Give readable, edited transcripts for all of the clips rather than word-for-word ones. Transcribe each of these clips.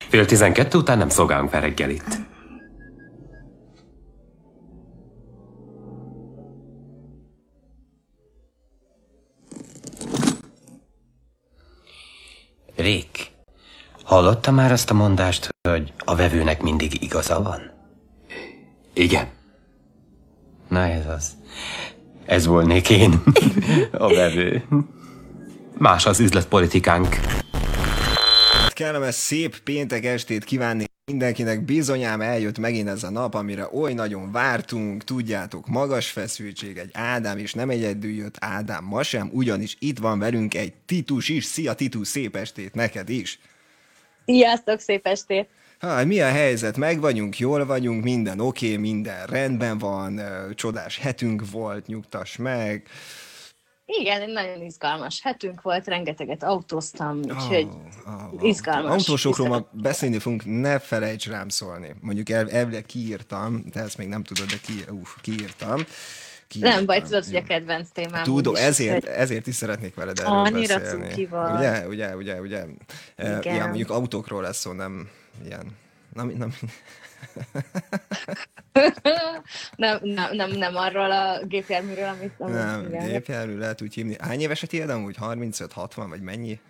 11:30 után nem szolgálunk fel reggelit. Rick, hallotta már azt a mondást, hogy a vevőnek mindig igaza van? Igen. Na ez az. Ez volnék én, a vevő. Más az üzletpolitikánk. Kellemes szép péntek estét kívánni mindenkinek, bizonyám eljött megint ez a nap, amire oly nagyon vártunk, tudjátok, magas feszültség, egy Ádám, és nem egyedül jött Ádám ma sem, ugyanis itt van velünk egy Titus is. Szia Titus, szép estét neked is! Sziasztok, szép estét! Mi a helyzet? Meg vagyunk, jól vagyunk, minden oké, minden rendben van, csodás hetünk volt, nyugtass meg. Igen, egy nagyon izgalmas hetünk volt, rengeteget autóztam, úgyhogy izgalmas. Autósokról ma beszélni fogunk, ne felejts rám szólni. Mondjuk elvileg kiírtam, de ezt még nem tudod, de kiírtam. Nem baj, tudod, hogy a kedvenc témám. Tudom, ezért is szeretnék veled erről beszélni. Annyira cuki volt. Ugye. Ja, mondjuk autókról lesz szó, nem ilyen. Nem arról a gépjárműről, amit... Nem, gépjármű lehet úgy hívni. Hány éveset éled amúgy? 35-60 vagy mennyi?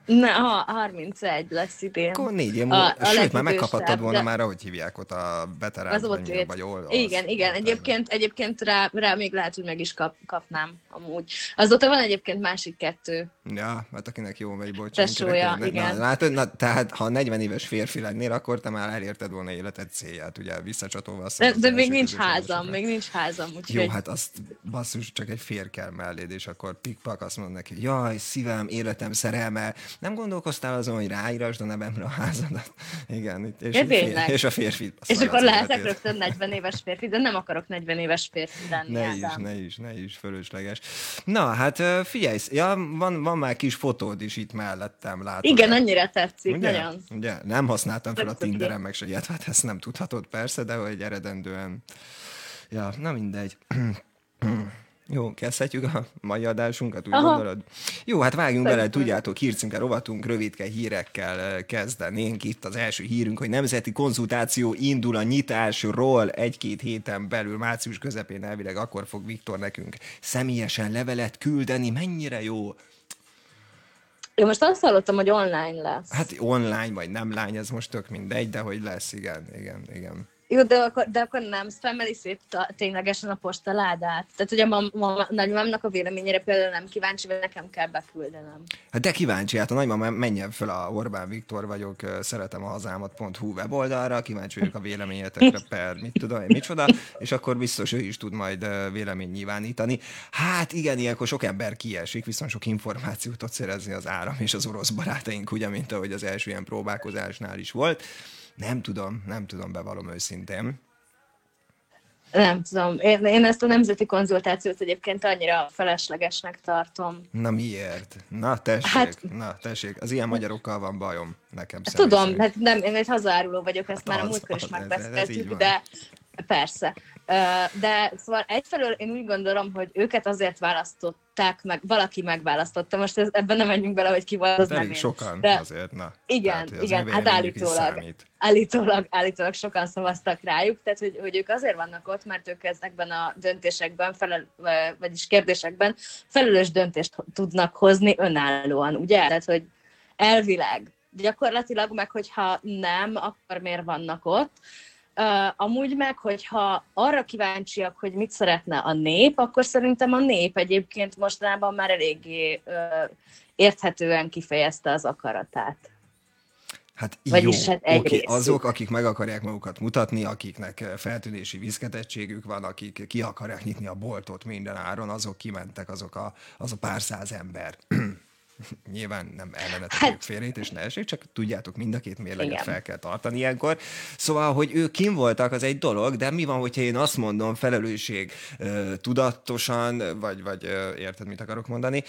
31 lesz idén. Akkor 4 év múlva, sőt, már megkaphattad volna már, ahogy hívják ott a veterán, vagy Igen, egyébként rá még lehet, hogy meg is kapnám amúgy. Azóta van egyébként másik 2. Ja, hát akinek jó megy, bocs. Tesója, igen. Tehát ha 40 éves férfi lennél, akkor te már elérted volna életed célját, ugye visszacsatolva azt. De még nincs házam, úgyhogy... Jó, hát azt basszus, csak egy férj kell melléd, és akkor pikpak azt mond neki, jaj, szívem, életem, szerelme, nem gondolkoztál azon, hogy ráírasd a nevemre a házadat? Igen, és a férfi. És akkor lehetek rögtön 40 éves férfi, de nem akarok 40 éves férfi lenni. Ne is, fölösleges. Na, hát figyelj, ja, van már kis fotód is itt mellettem, látod. Igen, annyira tetszik, ugye? nagyon. Ugye? Nem használtam fel a Tinderen, meg se ilyet, hát ezt nem tudhatod persze, de hogy eredendően... Ja, na mindegy. Jó, kezdhetjük a mai adásunkat, úgy gondolod? Jó, hát vágjunk bele, tudjátok, hírcímke rovatunk, rövidke hírekkel kezdenénk. Itt az első hírünk, hogy nemzeti konzultáció indul a nyitásról 1-2 héten belül, március közepén elvileg akkor fog Viktor nekünk személyesen levelet küldeni. Mennyire jó? Én most azt hallottam, hogy online lesz. Hát online vagy nem lány, ez most tök mindegy, de hogy lesz, igen. Jó, de akkor nem spammeli szét ténylegesen a postaládát? Tehát, hogy a nagymamámnak a véleményére például nem kíváncsi, vagy nekem kell beküldenem. Hát de kíváncsi, hát a nagymamám menjen fel a Orbán Viktor vagyok, szeretem a hazámat.hu weboldalra, kíváncsi vagyok a véleményetekre per, mit tudom én, micsoda, és akkor biztos ő is tud majd vélemény nyilvánítani. Hát igen, ilyenkor sok ember kiesik, viszont sok információt tud szerezni az áram és az orosz barátaink, ugye, mint ahogy az első ilyen próbálkozásnál is volt. Nem tudom, bevallom őszintén. Nem tudom. Én ezt a nemzeti konzultációt egyébként annyira feleslegesnek tartom. Na miért? Na tessék, az ilyen magyarokkal van bajom nekem. Tudom, hát nem, én egy hazaáruló vagyok, ezt már a múltkor is megbeszéltük, de persze. De szóval egyfelől én úgy gondolom, hogy őket azért választották meg, valaki megválasztotta. Most ebben nem menjünk bele, hogy ki volt, az nem én. Sokan azért, na. Igen, hát állítólag sokan szavaztak rájuk, tehát hogy ők azért vannak ott, mert ők ezekben a döntésekben, vagyis kérdésekben felelős döntést tudnak hozni önállóan, ugye? Tehát, hogy elvileg, gyakorlatilag meg, hogyha nem, akkor miért vannak ott? Amúgy meg, hogyha arra kíváncsiak, hogy mit szeretne a nép, akkor szerintem a nép egyébként mostanában már eléggé érthetően kifejezte az akaratát. Hát jó, oké, azok, akik meg akarják magukat mutatni, akiknek feltűnési viszketettségük van, akik ki akarják nyitni a boltot minden áron, azok kimentek, az a pár száz ember. Nyilván nem ellenetek félrét, és ne esik, csak tudjátok, mind a két mérleget fel kell tartani ilyenkor. Szóval, hogy ők kim voltak, az egy dolog, de mi van, hogyha én azt mondom felelősség tudatosan, vagy érted, mit akarok mondani,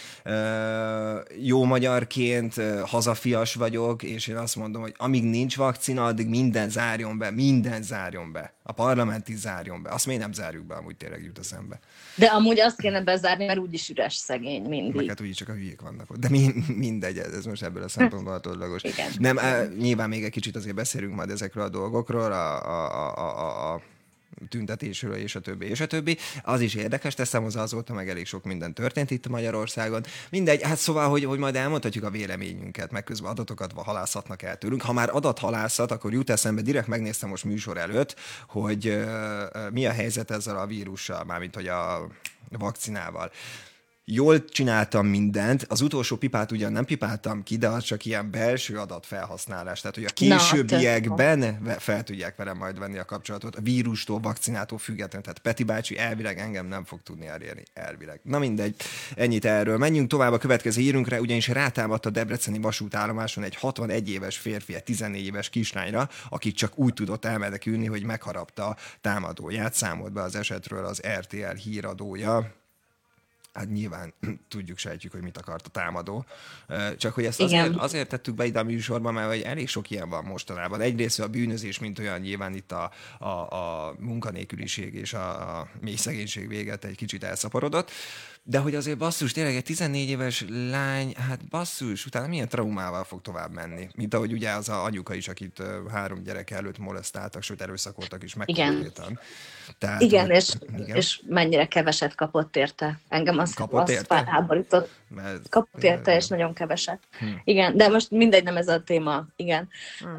jó magyarként hazafias vagyok, és én azt mondom, hogy amíg nincs vakcina, addig minden zárjon be. A parlament is zárjon be. Azt még nem zárjuk be, amúgy tényleg jut eszembe. De amúgy azt kéne bezárni, mert úgyis üres szegény mindig. Meg hát úgyis csak a hülyék vannak ott. De mindegy, ez most ebből a szempontból tudlagos. Nem, nyilván még egy kicsit azért beszélünk majd ezekről a dolgokról, a tüntetésről, és a többi, és a többi. Az is érdekes, teszem hozzá, azóta meg elég sok minden történt itt Magyarországon. Mindegy, hát szóval, hogy majd elmondhatjuk a véleményünket, meg közben adatokat halászhatnak el tőlünk. Ha már adathalászat, akkor jut eszembe, direkt megnéztem most műsor előtt, hogy mi a helyzet ezzel a vírussal, mármint hogy a vakcinával. Jól csináltam mindent, az utolsó pipát ugyan nem pipáltam ki, de az csak ilyen belső adatfelhasználás. Tehát, hogy a későbbiekben fel tudják velem majd venni a kapcsolatot, a vírustól, vakcinától függetlenül. Tehát Peti bácsi elvileg engem nem fog tudni elérni. Elvileg. Na mindegy, ennyit erről. Menjünk tovább a következő hírünkre, ugyanis rátámadt a debreceni vasútállomáson egy 61 éves férfi, egy 14 éves kislányra, aki csak úgy tudott elmenekülni, hogy megharapta támadóját, számolt be az esetről az RTL híradója. Hát nyilván tudjuk, sejtjük, hogy mit akart a támadó. Csak hogy ezt azért tettük be ide a műsorban, mert elég sok ilyen van mostanában. Egyrészt a bűnözés, mint olyan, nyilván itt a munkanélküliség és a mély szegénység véget egy kicsit elszaporodott. De hogy azért basszus, tényleg egy 14 éves lány, hát basszus, utána milyen traumával fog tovább menni? Mint ahogy ugye az a anyuka is, akit 3 gyerek előtt molesztáltak, sőt erőszakoltak is meg konkrétan. Tehát, igen, és mennyire keveset kapott érte. Engem az felháborított. Kapott érte, és nagyon keveset. Igen, de most mindegy, nem ez a téma. Igen.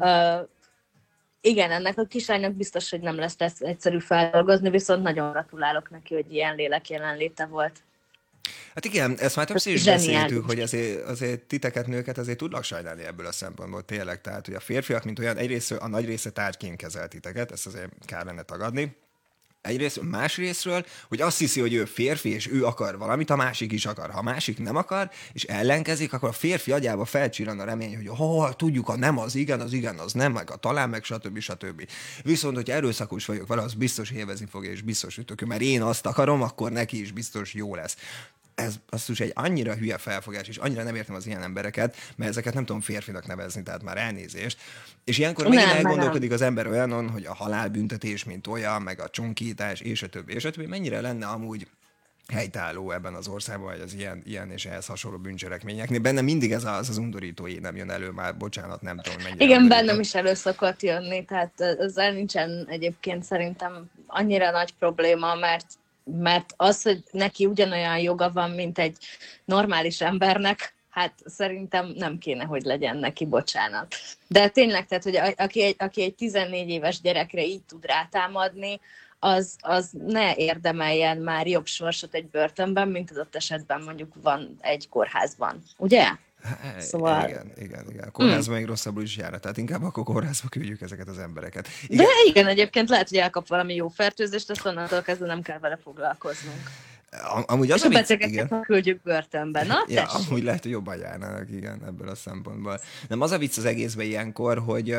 Igen, ennek a kislánynak biztos, hogy nem lesz egyszerű feldolgozni, viszont nagyon gratulálok neki, hogy ilyen lélek jelenléte volt. Hát igen, ezt már többször is beszéltük, hogy azért titeket, nőket azért tudlak sajnálni ebből a szempontból tényleg. Tehát, hogy a férfiak, mint olyan, egyrészt a nagy része tárgyként kezel titeket, ezt azért kár lenne tagadni. Egyrészt, másrésztről, hogy azt hiszi, hogy ő férfi, és ő akar valamit, a másik is akar. Ha a másik nem akar, és ellenkezik, akkor a férfi agyába felcsillan a remény, hogy tudjuk, a nem az igen, az nem, meg a talán, meg stb. Viszont, hogy erőszakos vagyok vele, az biztos élvezni fogja, és biztos ütök, mert én azt akarom, akkor neki is biztos jó lesz. Ez basszus egy annyira hülye felfogás, és annyira nem értem az ilyen embereket, mert ezeket nem tudom férfinak nevezni, tehát már elnézést. És ilyenkor megint elgondolkodik az ember olyanon, hogy a halálbüntetés, mint olyan, meg a csonkítás, és a többi, mennyire lenne amúgy helytálló ebben az országban, vagy az ilyen és ehhez hasonló bűncselekményeknél. Bennem mindig ez az undorító nem jön elő már, bocsánat, nem tudom mennyire. Igen, bennem is elő szokott jönni, tehát ezzel nincsen egyébként szerintem annyira nagy probléma, mert az, hogy neki ugyanolyan joga van, mint egy normális embernek, hát szerintem nem kéne, hogy legyen neki, bocsánat. De tényleg, tehát, hogy aki egy 14 éves gyerekre így tud rátámadni, az ne érdemeljen már jobb sorsot egy börtönben, mint adott esetben mondjuk van egy kórházban. Ugye? Szóval... Igen. A kórházban még rosszabbul is jár, tehát inkább akkor kórházba küldjük ezeket az embereket. Igen. De igen, egyébként lehet, hogy elkap valami jó fertőzést, azt onnantól kezdve nem kell vele foglalkoznunk. Amúgy az és a betegeket küldjük börtönbe. Na, ja, amúgy lehet, hogy jobban járnának, igen, ebből a szempontból. Nem, az a vicc az egészben ilyenkor, hogy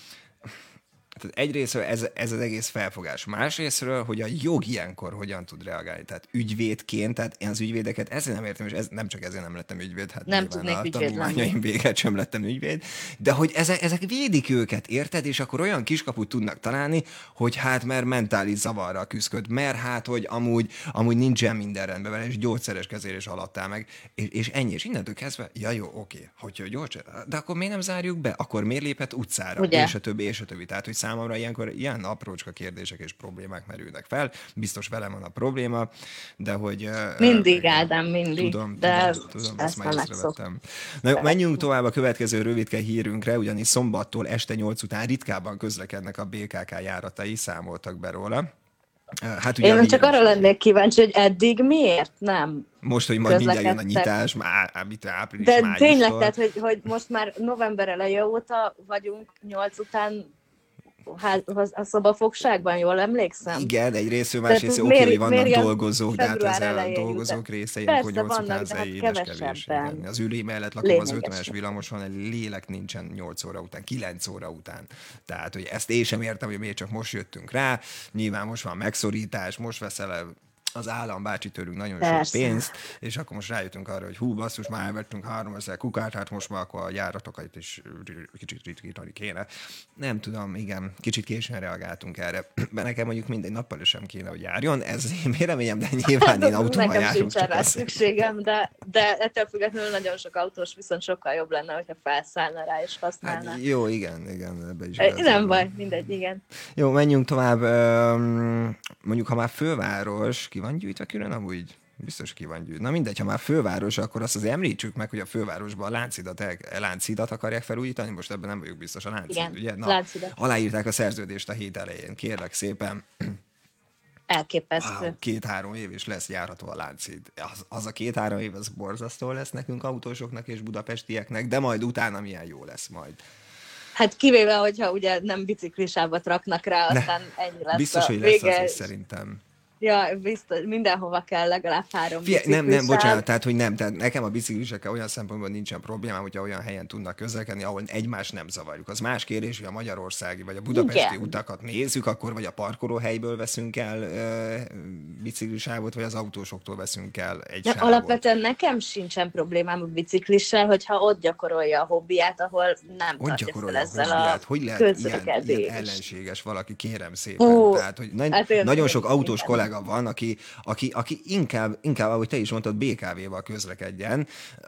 tehát egyrésztről ez az egész felfogás. Másrésztről, hogy a jog ilyenkor hogyan tud reagálni. Tehát ügyvédként, tehát én az ügyvédeket ezért nem értem, és nem csak ezért nem lettem ügyvéd, hát nem tudnék ügyvéd lenni. Tanulmányaim véget sem lettem ügyvéd, de hogy ezek védik őket, érted? És akkor olyan kiskaput tudnak találni, hogy hát mert mentális zavarra küszköd, mert hát, hogy amúgy nincsen minden rendben vele, és gyógyszeres kezelés alatt áll meg, és ennyi, és innentől kezdve, ja jó, oké, hogyha gyógyszer, de akkor miért nem zárjuk be? Akkor miért léphet utcára? Ugye? És a többi. Tehát, hogy számomra ilyenkor ilyen aprócska kérdések és problémák merülnek fel. Biztos velem van a probléma, de hogy... Mindig, Ádám, mindig. Tudom, ezt már észrevettem. Na jó, menjünk tovább a következő rövidke hírünkre, ugyanis szombattól este 8 után ritkában közlekednek a BKK járatai, számoltak be róla. Hát ugye én csak arra lennék kíváncsi, hogy eddig miért nem most, hogy majd mindjárt jön a nyitás, április, de májustól. Tényleg, tehát, hogy most már november eleje óta vagyunk 8 után a szobafogságban, jól emlékszem? Igen, egy részről, másrészt oké, vannak dolgozók, de hát ezzel a dolgozók része ilyenkor 8 után az édes kevés. Az ülé mellett lakom az 50-es villamoson, egy lélek nincsen 8 óra után, 9 óra után. Tehát, hogy ezt én sem értem, hogy miért csak most jöttünk rá. Nyilván most van megszorítás, most veszel az állam tőlünk nagyon sok pénzt, és akkor most rájöttünk arra, hogy hú, basszus, már elvettünk 3000 kukát, hát most már akkor a járatokat is kicsit ritkítani kéne. Nem tudom, igen, kicsit későn reagáltunk erre. De nekem mondjuk mindegy nappal sem kéne, hogy járjon, ez én véleményem, de nyilván én autóval járok. Nekem sincs rá szükségem, de ettől függetlenül nagyon sok autós viszont sokkal jobb lenne, hogyha felszállna rá és használna. Hát, jó, igen, ebbe is. Nem baj, mindegy, igen. Jó, menjünk tovább. Mondjuk, ha már főváros, ki van gyűjtve külön amúgy? Biztos ki van gyűjtve. Na mindegy, ha már főváros, akkor azt azért említsük meg, hogy a fővárosban a Lánchidat akarják felújítani, most ebben nem vagyok biztos, a Lánchíd, ugye? Na, aláírták a szerződést a hét elején, kérlek szépen. Elképesztő. 2-3 év is lesz járható a Lánchíd. Az a 2-3 év, az borzasztó lesz nekünk autósoknak és budapestieknek, de majd utána milyen jó lesz majd. Hát kivéve, hogyha ugye nem biciklisávot raknak rá, aztán ennyi lesz. Biztos, hogy lesz az is szerintem. Ja, biztos, mindenhova kell legalább 3 biciklisáv. Nem, bocsánat, tehát, hogy nem. Tehát nekem a biciklisekkel olyan szempontból nincsen problémám, hogyha olyan helyen tudnak közlekedni, ahol egymást nem zavarjuk. Az más kérdés, hogy a magyarországi vagy a budapesti utakat nézzük, akkor vagy a parkolóhelyből veszünk el biciklisávot, vagy az autósoktól veszünk el egy sávot. Alapvetően nekem sincsen problémám a biciklisel, hogyha ott gyakorolja a hobbiját, ahol nem tartja fel ezzel a hogy lehet ilyen ellenséges valaki, kérem szépen. Tehát, hogy nagyon sok autós kollega van, aki inkább, ahogy te is mondtad, BKV-val közlekedjen.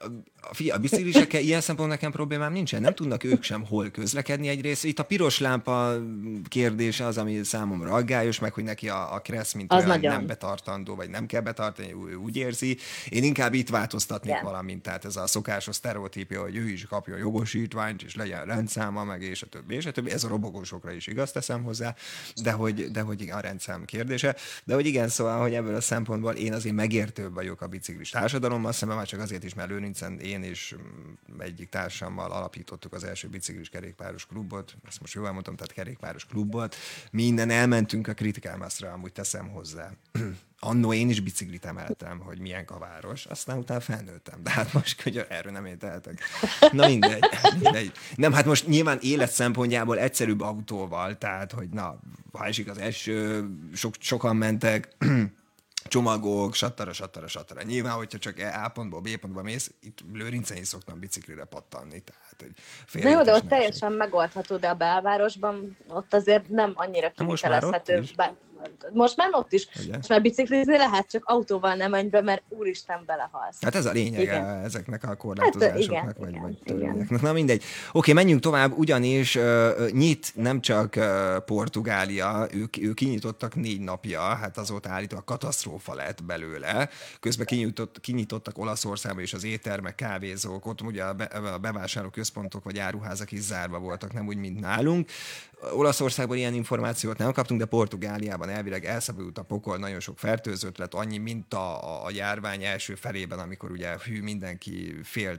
A biciklisekkel ilyen szempontból nekem problémám nincsen. Nem tudnak ők sem hol közlekedni egyrészt. Itt a piros lámpa kérdése az, ami számomra aggályos, meg hogy neki a kressz, mint az olyan nem betartandó, vagy nem kell betartani, úgy érzi. Én inkább itt változtatnék valamint. Tehát ez a szokásos sztereotípia, hogy ő is kapjon jogosítványt, és legyen rendszáma, meg és a többi, és a többi. Ez a robogósokra is igaz, teszem hozzá, de hogy igen, a rendszám kérdése. De hogy igen, szóval, hogy ebből a szempontból én azért megértőbb vagyok a biciklis társadalommal szemben, már csak azért is, mert Lőrincen én és egyik társammal alapítottuk az első biciklis kerékpáros klubot, ezt most jól elmondtam, tehát kerékpáros klubot. Minden elmentünk a Critical Mass-ra, amúgy teszem hozzá. Annó én is biciklit emeltem, hogy milyen a város, aztán utána felnőttem. De hát most, hogy erről nem érteltek. Na mindegy. Nem, hát most nyilván élet szempontjából egyszerűbb autóval, tehát, hogy na, ha esik az eső, sokan mentek, csomagok, sattara. Nyilván, hogyha csak A pontból B pontba mész, itt Lőrincen is szoktam biciklire pattanni. Tehát, hogy de jó, de ott teljesen megoldható, de a belvárosban ott azért nem annyira kivitelezhető. Most már ott is. Ugye? Most már biciklizni lehet, csak autóval nem menj be, mert úristen belehalsz. Hát ez a lényeg ezeknek a korlátozásoknak, vagy törvényeknek. Na mindegy. Oké, menjünk tovább, ugyanis nyit nem csak Portugália, ők kinyitottak 4 napja, hát azóta állítólag katasztrófa lett belőle. Közben kinyitottak Olaszországban is az éttermek, kávézók, ott ugye a bevásárlóközpontok vagy áruházak is zárva voltak, nem úgy, mint nálunk. Olaszországban ilyen információt nem kaptunk, de Portugáliában elvileg elszabadult a pokol, nagyon sok fertőzött lett, annyi, mint a járvány első felében, amikor ugye mindenki félt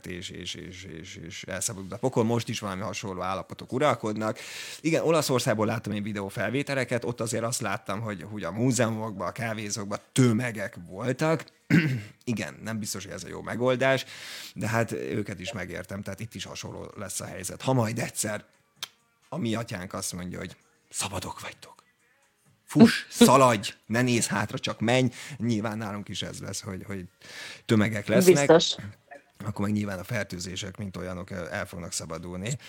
és elszabadult a pokol. Most is valami hasonló állapotok uralkodnak. Igen, Olaszországból láttam én videófelvételeket, ott azért azt láttam, hogy a múzeumokban, a kávézókban tömegek voltak. Igen, nem biztos, hogy ez a jó megoldás, de hát őket is megértem, tehát itt is hasonló lesz a helyzet. Ha majd egyszer a mi atyánk azt mondja, hogy szabadok vagytok. Fuss, szaladj, ne nézz hátra, csak menj. Nyilván nálunk is ez lesz, hogy tömegek lesznek. Biztos. Akkor meg nyilván a fertőzések, mint olyanok el fognak szabadulni.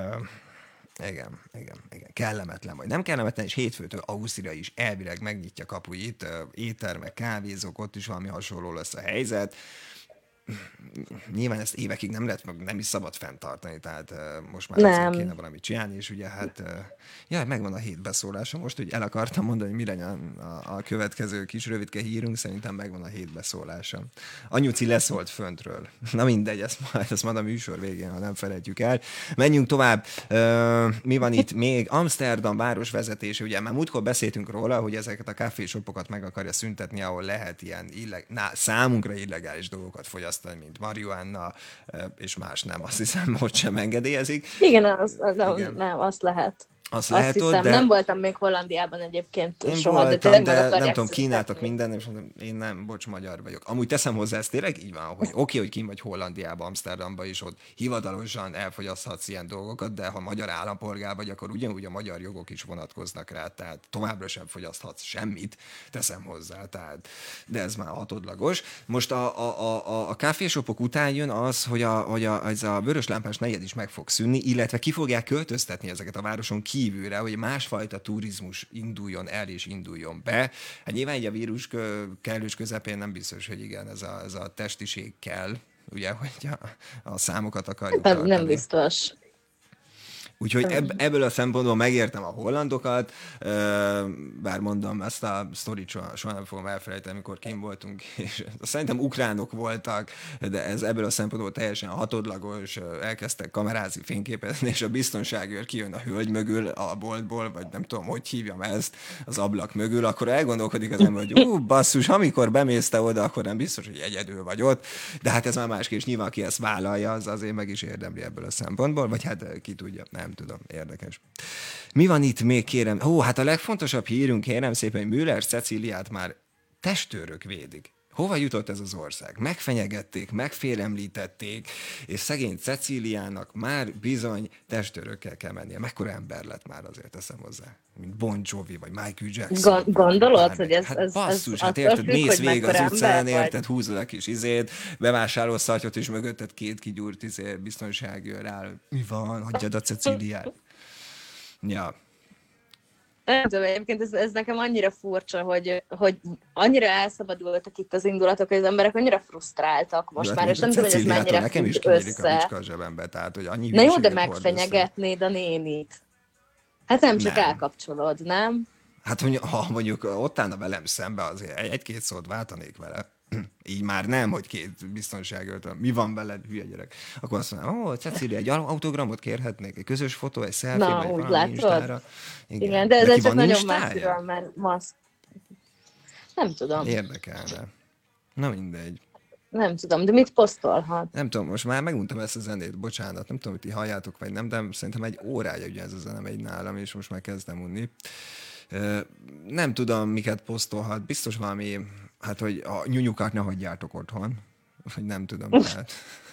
Igen. Kellemetlen vagy nem kellemetlen, és hétfőtől Ausztria is elvileg megnyitja kapuit, éttermek, kávézók, ott is valami hasonló lesz a helyzet. Nyilván ezt évekig nem is szabad fenntartani, tehát most már ezzel kéne valamit csinálni, és ugye hát megvan a hét beszólása most, hogy el akartam mondani, hogy mire a következő kis rövidke hírünk, szerintem megvan a hét beszólása. Anyuci leszólt föntről. Na mindegy, ezt majd a műsor végén, ha nem felejtjük el. Menjünk tovább. Mi van itt még? Amsterdam városvezetése, ugye már múltkor beszéltünk róla, hogy ezeket a kávésopokat meg akarja szüntetni, ahol lehet ilyen számunkra illegális dolgokat fogyasztani, mint marihuána, és más nem. Azt hiszem, hogy sem engedélyezik. Igen, nem, azt lehet. Azt hiszem, de... nem voltam még Hollandiában egyébként én soha, voltam, de nem tudom, kínáltak minden, és mondom, én nem, bocs, magyar vagyok. Amúgy teszem hozzá, ez tényleg így van, hogy oké, hogy kín vagy Hollandiában, Amsterdamban is, ott hivatalosan elfogyaszthatsz ilyen dolgokat, de ha magyar állampolgár vagy, akkor ugyanúgy a magyar jogok is vonatkoznak rá, tehát továbbra sem fogyaszthatsz semmit, teszem hozzá, tehát, de ez már hatodlagos. Most a kávéshopok után jön az, hogy ez a vöröslámpás negyed is meg fog szűnni, illetve ki fogják költöztetni ezeket a városon kívülre, hogy másfajta turizmus induljon el és induljon be. Hát nyilván így a vírus kellős közepén nem biztos, hogy igen, ez a testiség kell, ugye, hogy a számokat akarjuk tartani. Nem biztos. Úgyhogy ebből a szempontból megértem a hollandokat, bár mondom, ezt a sztorit soha nem fogom elfelejteni, amikor kint voltunk, és szerintem ukránok voltak, de ez ebből a szempontból teljesen hatodlagos, elkezdtek kamerázni, fényképezni, és a biztonságőr kijön a hölgy mögül a boltból, vagy nem tudom, hogy hívjam ezt, az ablak mögül, akkor elgondolkodik az ember, hogy basszus, amikor bemész te oda, akkor nem biztos, hogy egyedül vagy ott, de hát ez már más kérdés, nyilván aki ezt vállalja, az azért meg is érdemli ebből a szempontból, vagy hát ki tudja, nem tudom, érdekes. Mi van itt még, kérem? Hát a legfontosabb hírünk, kérem szépen, hogy Müller Cecíliát már testőrök védik. Hova jutott ez az ország? Megfenyegették, megfélemlítették, és szegény Cecíliának már bizony testőrökkel kell mennie. Mekkora ember lett már, azért teszem hozzá, mint Bon Jovi, vagy Michael Jackson. Gondolod, hogy ez... Hát basszus, hát érted, mész végig az utcán, érted, húzol a kis izét, bevásárolsz szartyot, és mögötted két kigyúrt biztonságőr áll. Mi van? Hagyjad a Cecíliát. Ja. Nem tudom, egyébként ez nekem annyira furcsa, hogy annyira elszabadultak itt az indulatok, hogy az emberek annyira frusztráltak most már, és nem tudom, hogy ez mennyire nekem is kinyílik a bicska a zsebembe, tehát, hogy annyi na jó, de megfenyegetnéd a nénit. Hát nem csak elkapcsolod, nem? Hát ha mondjuk ott állna velem szembe, azért egy-két szót váltanék vele. Így már nem, hogy két biztonságőrtől, mi van veled, hülye gyerek. Akkor azt mondom, Cecília, egy autogramot kérhetnék, egy közös fotó, egy selfie, vagy valami Instára. Igen, de ez csak nagyon messziről, mert maszk. Nem tudom. Érdekelne. Na mindegy. Nem tudom, de mit posztolhat? Nem tudom, most már megmondtam ezt a zenét, bocsánat, nem tudom, hogy ti halljátok, vagy nem, de szerintem egy órája ugye ez a zene megy nálam, és most már kezdem unni. Nem tudom, miket posztolhat, biztos valami, hát, hogy a nyunyukat ne hagyjátok otthon, vagy nem tudom, tehát.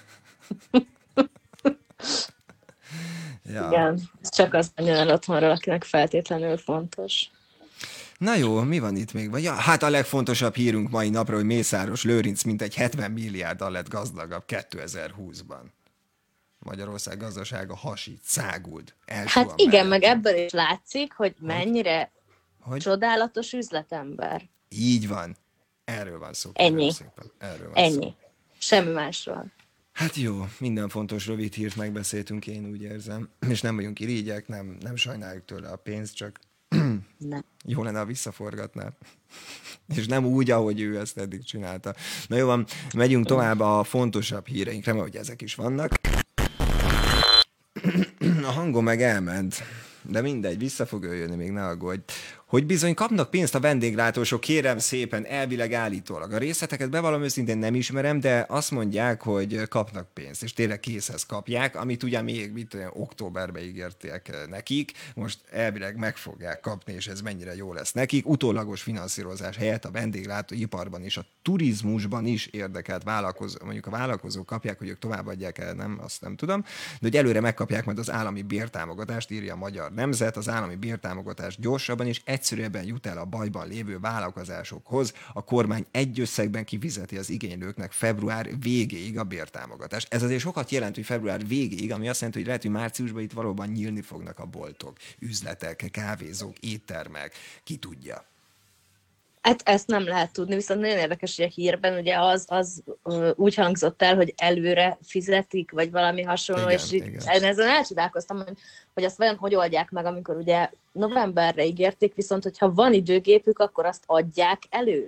Ja. Igen, ez csak az menjen el otthonról, akinek feltétlenül fontos. Na jó, mi van itt még? Ja, hát a legfontosabb hírünk mai napra, hogy Mészáros Lőrinc mintegy 70 milliárddal lett gazdagabb 2020-ban. Magyarország gazdasága hasít, száguld. Hát igen, meg ebből is látszik, hogy mennyire csodálatos üzletember. Így van. Erről van szó. Ennyi. Erről van ennyi. Szó. Semmi másról. Hát jó, minden fontos rövid hírt megbeszéltünk, én úgy érzem. És nem vagyunk irigyek, nem sajnáljuk tőle a pénzt, csak nem. Jó lenne, ha visszaforgatná. És nem úgy, ahogy ő ezt eddig csinálta. Na jó van, megyünk tovább a fontosabb híreinkre, mert hogy ezek is vannak. A hangom meg elment, de mindegy, vissza fog jönni, még ne aggódj. Hogy bizony kapnak pénzt a vendéglátósok, kérem szépen, elvileg állítólag. A részleteket bevallom őszintén nem ismerem, de azt mondják, hogy kapnak pénzt, és tényleg készhez kapják, amit ugye még októberben ígérték nekik, most elvileg meg fogják kapni, és ez mennyire jó lesz nekik. Utólagos finanszírozás helyett a vendéglátóiparban és a turizmusban is érdekelt mondjuk a vállalkozók kapják, hogy ők továbbadják el, nem, azt nem tudom, de hogy előre megkapják majd az állami bértámogatást, írja a Magyar Nemzet, az állami bértámogatás gyorsabban és egyszerűbben jut el a bajban lévő vállalkozásokhoz. A kormány egy összegben kifizeti az igénylőknek február végéig a bértámogatást. Ez azért sokat jelent, hogy február végéig, ami azt jelenti, hogy lehet, hogy márciusban itt valóban nyílni fognak a boltok, üzletek, kávézók, éttermek, ki tudja. Hát ezt nem lehet tudni, viszont nagyon érdekes, hogy a hírben ugye az úgy hangzott el, hogy előre fizetik, vagy valami hasonló, igen, és igen. Ezen elcsodálkoztam, hogy azt vajon hogy oldják meg, amikor ugye novemberre ígérték, viszont hogyha van időgépük, akkor azt adják elő?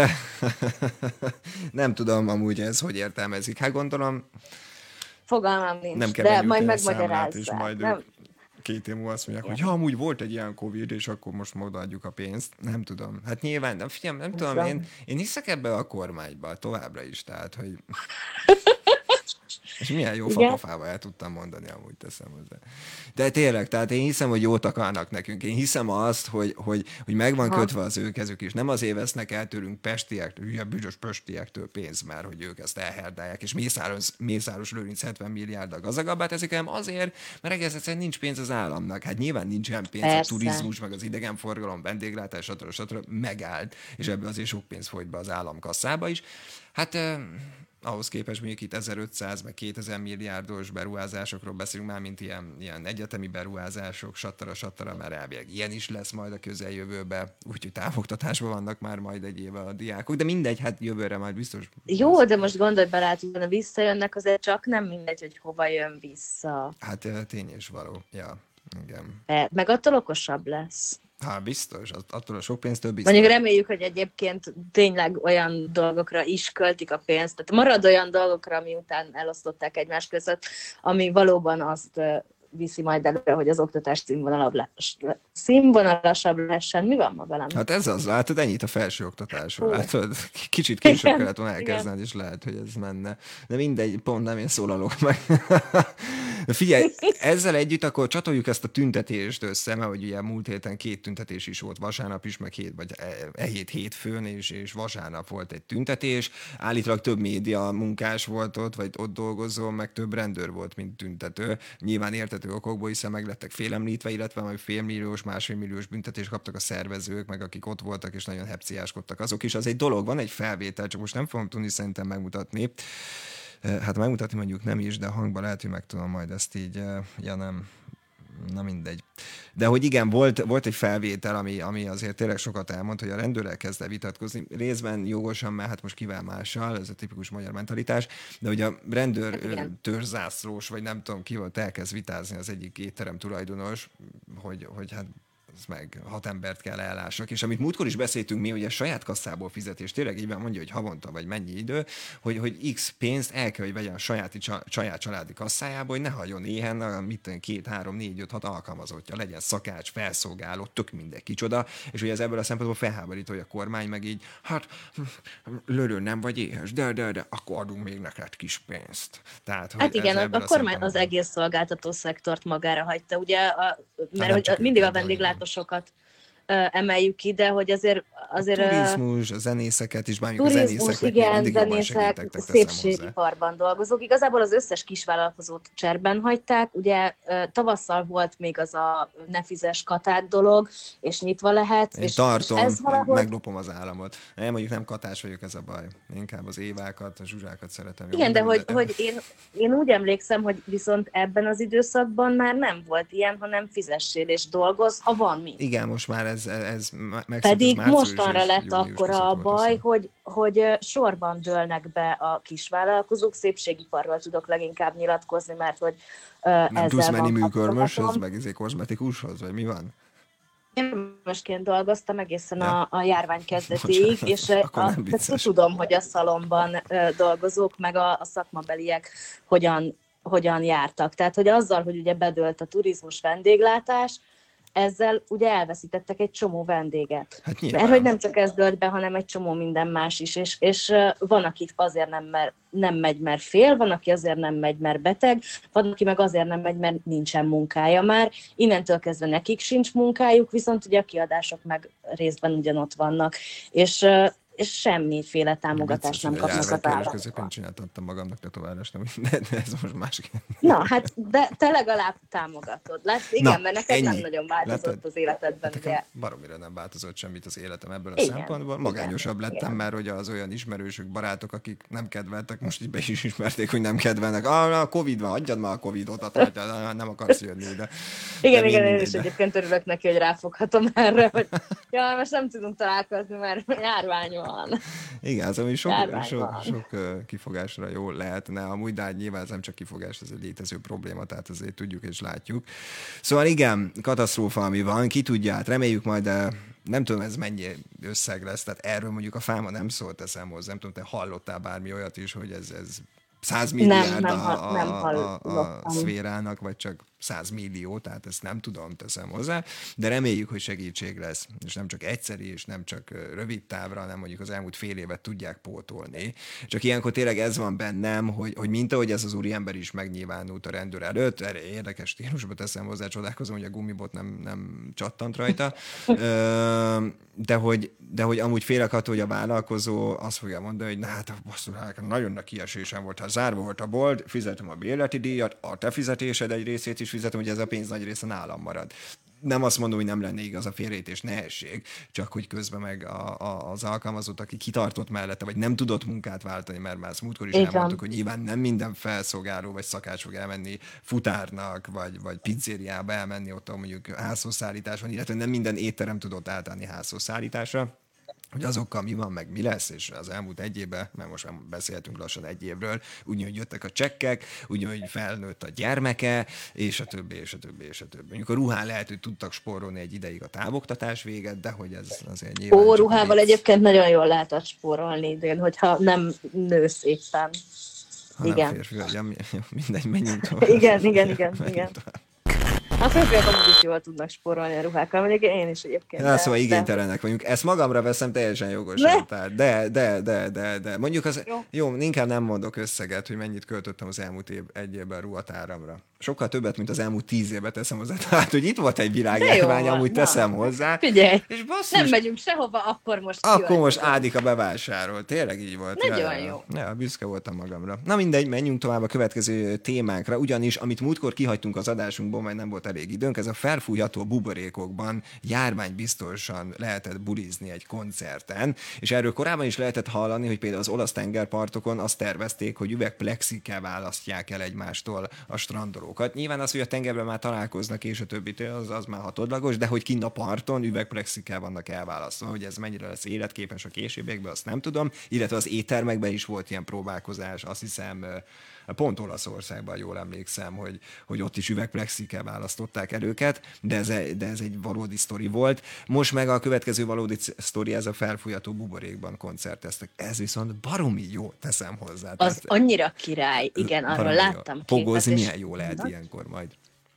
Nem tudom amúgy ez, hogy értelmezik. Hát gondolom... Fogalmam nincs, de majd megmagyarázzák. Majd 2 év múlva azt mondják, hogy amúgy volt egy ilyen Covid, és akkor most odaadjuk a pénzt. Nem tudom. Hát nyilván, nem tudom, én hiszek ebbe a kormányba továbbra is, tehát, hogy... És milyen jó fapafával el tudtam mondani, amúgy teszem hozzá. De tényleg, tehát én hiszem, hogy jót akarnak nekünk. Én hiszem azt, hogy meg van kötve az ő kezük is. Nem azért vesznek el tőlünk pestiektől, hülye büdös pestiektől pénzt, mert hogy ők ezt elherdálják, és Mészáros Lőrinc 70 milliárddal gazdagabbá teszik, hanem azért, mert egész egyszerűen nincs pénz az államnak. Hát nyilván nincsen pénz, a turizmus, meg az idegenforgalom, vendéglátás, stb. Megállt, és ebből azért sok pénz folyt be az állam kasszába is. Hát ahhoz képest mondjuk itt 1500 meg 2000 milliárdos beruházásokról beszélünk már, mint ilyen egyetemi beruházások, sattara, mert elvileg ilyen is lesz majd a közeljövőben, úgyhogy távoktatásban vannak már majd egy éve a diákok, de mindegy, hát jövőre majd biztos. Jó, de most gondolj bele, hogy visszajönnek, azért csak nem mindegy, hogy hova jön vissza. Hát tény és való, ja, igen. Meg attól okosabb lesz. Biztos, attól a sok pénztől biztos. Mondjuk reméljük, hogy egyébként tényleg olyan dolgokra is költik a pénzt, tehát marad olyan dolgokra, ami után elosztották egymás között, ami valóban azt viszi majd előre, hogy az oktatás színvonalasabb lehessen. Mi van ma velem? Hát ez az, látod, ennyit a felső oktatásról. Látod, kicsit később kellett volna elkezdeni, és lehet, hogy ez menne. De mindegy, pont nem én szólalok meg. Figyelj, ezzel együtt akkor csatoljuk ezt a tüntetést össze, mert ugye múlt héten 2 tüntetés is volt, vasárnap is, meg hétfőn, és vasárnap volt egy tüntetés. Állítólag több média munkás volt ott, vagy ott dolgozó, meg több rendőr volt, mint tüntető. Nyilván értető okokból, hiszen meg lettek félemlítve, illetve majd félmilliós, másfélmilliós büntetést kaptak a szervezők, meg akik ott voltak, és nagyon hepciáskodtak azok is. Az egy dolog, van egy felvétel, csak most nem fogom tudni szerintem megmutatni. Hát megmutatni mondjuk nem is, de hangban lehet, hogy meg tudom majd ezt így, nem, na mindegy. De hogy igen, volt egy felvétel, ami azért tényleg sokat elmond, hogy a rendőrrel kezd el vitatkozni. Részben jogosan, mert hát most kivel mással, ez a tipikus magyar mentalitás, de hogy a rendőr törzsászlós, vagy nem tudom ki volt, elkezd vitázni az egyik étterem tulajdonos, hogy hát meg 6 embert kell ellássak, és amit múltkor is beszéltünk mi, hogy a saját kasszából fizetés, tényleg így mondja, hogy havonta vagy mennyi idő, hogy x pénzt el kell, hogy vegyen a saját családi kasszájába, hogy ne hagyjon éhen, mit tudom, 2, 3, 4, 5, 6 alkalmazottja, legyen szakács, felszolgáló, tök mindegy kicsoda, és hogy ez ebből a szempontból felháborító, hogy a kormány meg így, hát Lőrő, nem vagy éhes, de akkor adunk még neked kis pénzt. Tehát, hogy hát igen, a kormány az egész szolgáltató szektort magára hagyta, ugye, mert hogy mindig a vendéglátósokat emeljük ki, de hogy azért a turizmus, a zenészeket is, bármilyen a zenészek, igen, zenészek, szépségiparban dolgozók. Igazából az összes kisvállalkozót cserben hagyták. Ugye tavasszal volt még az a ne fizes katát dolog, és nyitva lehet. Én tartom, ez valahogy... meglopom az államot. Én mondjuk nem katás vagyok, ez a baj. Inkább az Évákat, a Zsuzsákat szeretem. Igen, de hogy én úgy emlékszem, hogy viszont ebben az időszakban már nem volt ilyen, hanem fizessél és dolgoz, ha van mi. Igen, most már ez pedig mostanra lett akkora a baj, hogy sorban dőlnek be a kisvállalkozók. Szépségiparról tudok leginkább nyilatkozni, mert hogy nem tudsz menni műkörmöshöz, meg kozmetikushoz, vagy mi van? Én mostként dolgoztam egészen a járvány kezdetéig, és tudom, hogy a szalomban dolgozók, meg a szakmabeliek hogyan jártak. Tehát, hogy azzal, hogy ugye bedőlt a turizmus, vendéglátás, ezzel ugye elveszítettek egy csomó vendéget. Hát mert hogy nem csak ez dölt be, hanem egy csomó minden más is. És van, aki azért nem megy, mert fél, van, aki azért nem megy, mert beteg, van, aki meg azért nem megy, mert nincsen munkája már. Innentől kezdve nekik sincs munkájuk, viszont ugye a kiadások meg részben ugyanott vannak. És semmiféle támogatást nem kapnak az államok. Középen csináltattam magamnak tetoválást, de ez most más. Na, hát de te legalább támogatod. Igen, mert neked nem nagyon változott az életedben. Hát baromira nem változott semmit az életem ebből a szempontból. Magányosabb lettem, mert hogy az olyan ismerősök, barátok, akik nem kedveltek, most így be is ismerték, hogy nem kedvelnek. A Covid van, adjad már a Covid-ot, nem akarsz jönni. De igen, én is egyébként örülök neki, hogy ráfoghatom erre, hogy most nem tudunk találkozni, mert járvány van. Igen, az ami sok kifogásra jól lehetne. Amúgy, de nyilván ez nem csak kifogás, ez egy létező probléma, tehát azért tudjuk és látjuk. Szóval igen, katasztrófa, ami van, ki tudja, hát reméljük majd, nem tudom, ez mennyi összeg lesz, tehát erről mondjuk a Fáma nem szólt, teszem hozzá, nem tudom, te hallottál bármi olyat is, hogy ez 100 milliárd a szférának, vagy csak 100 millió, tehát ezt nem tudom, teszem hozzá, de reméljük, hogy segítség lesz, és nem csak egyszeri, és nem csak rövid távra, hanem mondjuk az elmúlt fél évet tudják pótolni. Csak ilyenkor tényleg ez van bennem, hogy mint ahogy ez az úriember is megnyilvánult a rendőr előtt, erre érdekes stílusba teszem hozzá, csodálkozom, hogy a gumibot nem csattant rajta, de hogy amúgy félek attól, hogy a vállalkozó azt fogja mondani, hogy na hát nagyon nagy kiesésem volt, ha zárva volt a bolt, fizetem a bérleti díjat, a te fizetésed egy részét is fizetem, hogy ez a pénz nagy része nálam marad. Nem azt mondom, hogy nem lenne igaz a félreértés, ne essék, csak hogy közben meg az alkalmazott, aki kitartott mellette, vagy nem tudott munkát váltani, mert már ezt múltkor is elmondtuk, hogy nyilván nem minden felszolgáló vagy szakács fog elmenni futárnak, vagy pizzériába elmenni, ott mondjuk házhoz szállítás van, illetve nem minden étterem tudott átállni házhoz szállításra, hogy azokkal mi van, meg mi lesz, és az elmúlt egy évben, mert most már beszéltünk lassan egy évről, úgyhogy jöttek a csekkek, úgyhogy felnőtt a gyermeke, és a többi, és a többi, és a többi. Mondjuk a ruhán lehet, hogy tudtak spórolni egy ideig a távoktatás véget, de hogy ez azért nyilván... Ruhával egyébként nagyon jól lehetett spórolni idén, hogyha nem nősz éppen. Igen. Férfi, mindegy, menjünk tovább. Igen. A férfiak amúgy is jól tudnak spórolni a ruhákkal, mondjuk én is egyébként. Na, szóval igénytelenek vagyunk. Ezt magamra veszem teljesen jogosan. De. Mondjuk az... Jó, inkább nem mondok összeget, hogy mennyit költöttem az elmúlt egy évben ruhatáramra. Sokkal többet, mint az elmúlt 10 évben teszem hozzá. Tehát, hogy itt volt egy világjárvány, amúgy teszem hozzá. Figyelj, és nem megyünk sehova, akkor most Ádika bevásárol. Tényleg így volt. Nagyon jó. Ja, büszke voltam magamra. Na mindegy, menjünk tovább a következő témánkra, ugyanis, amit múltkor kihagytunk az adásunkból, majd nem volt elég időnk, ez a felfújható buborékokban járványbiztosan lehetett bulizni egy koncerten, és erről korábban is lehetett hallani, hogy például az olasz tengerpartokon azt tervezték, hogy üvegplexikkel választják el egymástól a strandolókat. Nyilván az, hogy a tengerben már találkoznak, és a többitől, az már hatodlagos, de hogy kint a parton üvegplexikkel vannak elválasztva, hogy ez mennyire lesz életképes a későbbiekben, azt nem tudom, illetve az éttermekben is volt ilyen próbálkozás, azt hiszem, pont Olaszországban jól emlékszem, hogy ott is üvegplexikkel választották el őket, de ez egy valódi sztori volt. Most meg a következő valódi sztori, ez a felfújható buborékban koncerteztek. Ez viszont baromi jó, teszem hozzá. Az tehát, annyira király, igen, arról láttam képet. Pogozni milyen jó lehet ilyenkor majd.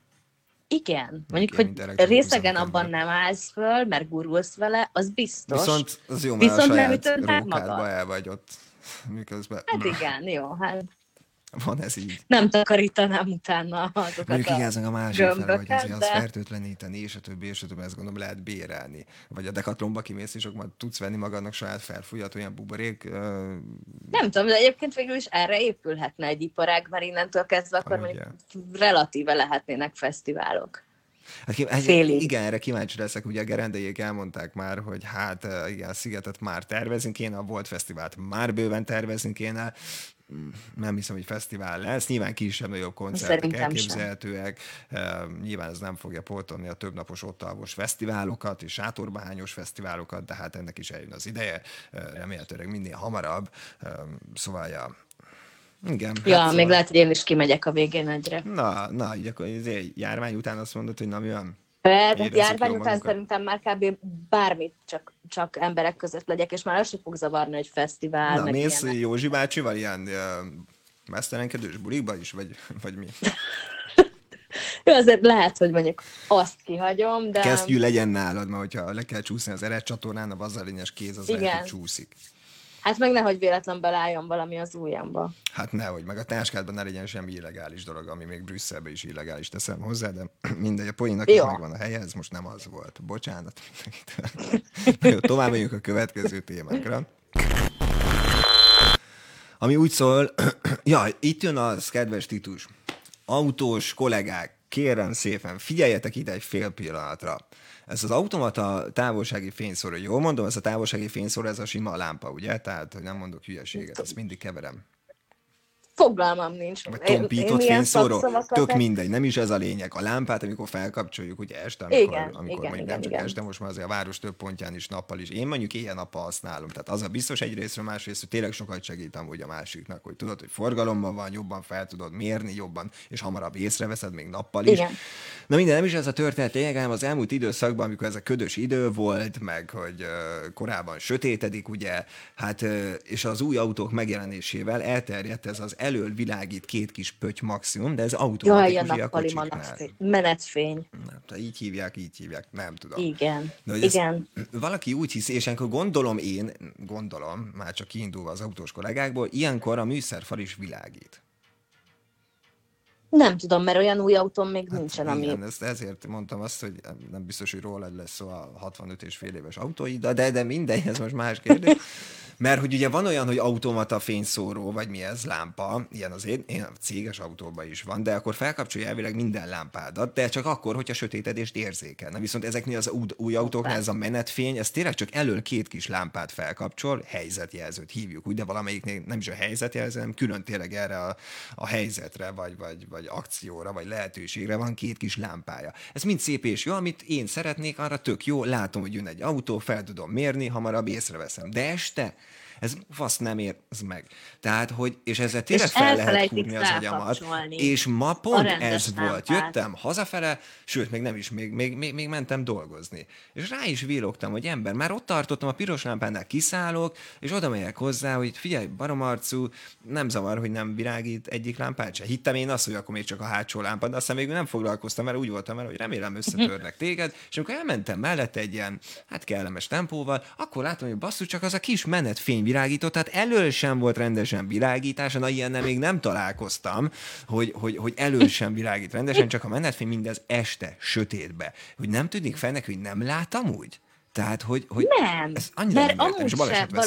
Igen, mondjuk, hogy részegen abban nem állsz föl, mert gurulsz vele, az biztos. Viszont az jó, mert viszont a saját rókádba el vagy ott miközben. Hát igen, jó, hát van ez így. Nem takarítanám utána azokat mondjuk igazán a másik fel, hogy azért de... az fertőtleníteni, és a többi, ezt gondolom lehet bérelni. Vagy a Decathlonba kimész, és akkor tudsz venni magadnak saját felfújható olyan buborék. Nem tudom, de egyébként végül is erre épülhetne egy iparág, mert innentől kezdve akkor mondjuk relatíve lehetnének fesztiválok. Hát, igen, erre kíváncsi leszek, ugye a gerendejék elmondták már, hogy hát igen, a Szigetet már tervezni kéne, a Volt Fesztivált már bőven tervezni kéne, nem hiszem, hogy fesztivál lesz, nyilván kisebb-nagyobb koncertek elképzelhetőek, nyilván ez nem fogja pótolni a többnapos ott-alvos fesztiválokat és sátorbahányos fesztiválokat, de hát ennek is eljön az ideje, remélhetőleg minél hamarabb, szóval igen. Ja, hát még lehet, hogy én is kimegyek a végén egyre. Na, így akkor járvány után azt mondod, hogy na mi van? Hát járvány után szerintem már kb. Bármit csak emberek között legyek, és már az sem fog zavarni, hogy fesztivál. Na, mész Józsi bácsival ilyen mesztelenkedős bulikba is, vagy mi? Jó, azért lehet, hogy mondjuk azt kihagyom, de... Kesztyű legyen nálad, mert hogyha le kell csúszni az Ered csatornán, a vazelines kéz az lehet, hogy csúszik. Hát meg nehogy véletlen belálljon valami az ujjamba. Hát nehogy, meg a táskádban ne legyen semmi illegális dolog, ami még Brüsszelben is illegális, teszem hozzá, de mindegy, a poénnak is megvan a helye, ez most nem az volt. Bocsánat. Jó, tovább megyünk a következő témákra. Ami úgy szól, itt jön az, kedves Titus. Autós kollégák, kérem szépen, figyeljetek ide egy fél pillanatra. Ez az automata távolsági fényszóró, jól mondom, ez a távolsági fényszóró, ez a sima lámpa, ugye? Tehát, hogy nem mondok hülyeséget, ezt mindig keverem. Fogalmam nincs. Vagy tompított fényszóró, tök mindegy, nem is ez a lényeg. A lámpát, amikor felkapcsoljuk, ugye este, amikor mondjuk nem csak este, most már azért a város több pontján is nappal is. Én mondjuk éjjel-nappal használom, tehát az a biztos egyrésztről, másrészt, hogy tényleg sokat segít amúgy a másiknak, hogy tudod, hogy forgalomban van, jobban fel tudod mérni, jobban, és hamarabb észreveszed még nappal is. Igen. Na minden, nem is ez a történet lényeg, hanem az elmúlt időszakban, amikor ez a ködös idő volt, meg hogy korábban sötétedik, ugye, hát, és az új autók megjelenésével elterjedt ez az elől világít 2 kis pötty maximum, de ez automatikus a kocsiknál. Menetfény. Nem, így hívják, nem tudom. Igen, igen. Valaki úgy hiszi, és ilyenkor gondolom, már csak kiindulva az autós kollégákból, ilyenkor a műszerfal is világít. Nem tudom, mert olyan új autóm még nincsen, ami... Igen, ezért mondtam azt, hogy nem biztos, hogy rólad lesz szó a 65 és fél éves autóid, de mindegy, ez most más kérdés. Mert hogy ugye van olyan, hogy automata fényszóró, vagy mi ez, lámpa, ilyen az én céges autóban is van, de akkor felkapcsolja elvileg minden lámpádat, de csak akkor, hogyha sötétedést érzékel. Na viszont ezeknél az új autóknál ez a menetfény, ez tényleg csak elől 2 kis lámpát felkapcsol, helyzetjelzőt hívjuk úgy, de valamelyiknél nem is a helyzetjelző, hanem külön tényleg erre a helyzetre, vagy akcióra, vagy lehetőségre van 2 kis lámpája. Ez mind szép és jó, amit én szeretnék, arra tök jó, látom, hogy jön egy autó, fel tudom mérni, hamarabb észreveszem. De este ez fasz nem ér meg. Tehát, hogy, és ezzel tényleg fel lehet húzni az agyamat. És ma pont ez volt. Jöttem hazafele, sőt, még nem is, még mentem dolgozni. És rá is villogtam, hogy ember, már ott tartottam a piros lámpánál, kiszállok, és oda megyek hozzá, hogy figyelj, baromarcú, nem zavar, hogy nem világít egyik lámpát se. Hittem én azt, hogy akkor még csak a hátsó lámpa, de aztán még nem foglalkoztam, mert úgy voltam vele, hogy remélem összetörnek téged, és amikor elmentem mellette egy ilyen, kellemes tempóval, akkor látom, hogy basszus, csak az a kis menetfény világított, tehát elől sem volt rendesen világítása, na ilyennel még nem találkoztam, hogy elől sem világít rendesen, csak a menetfény mindez este, sötétbe. Hogy nem tűnik fel neki, hogy nem látam úgy? Tehát, hogy nem, ez annyira mert nem amúgy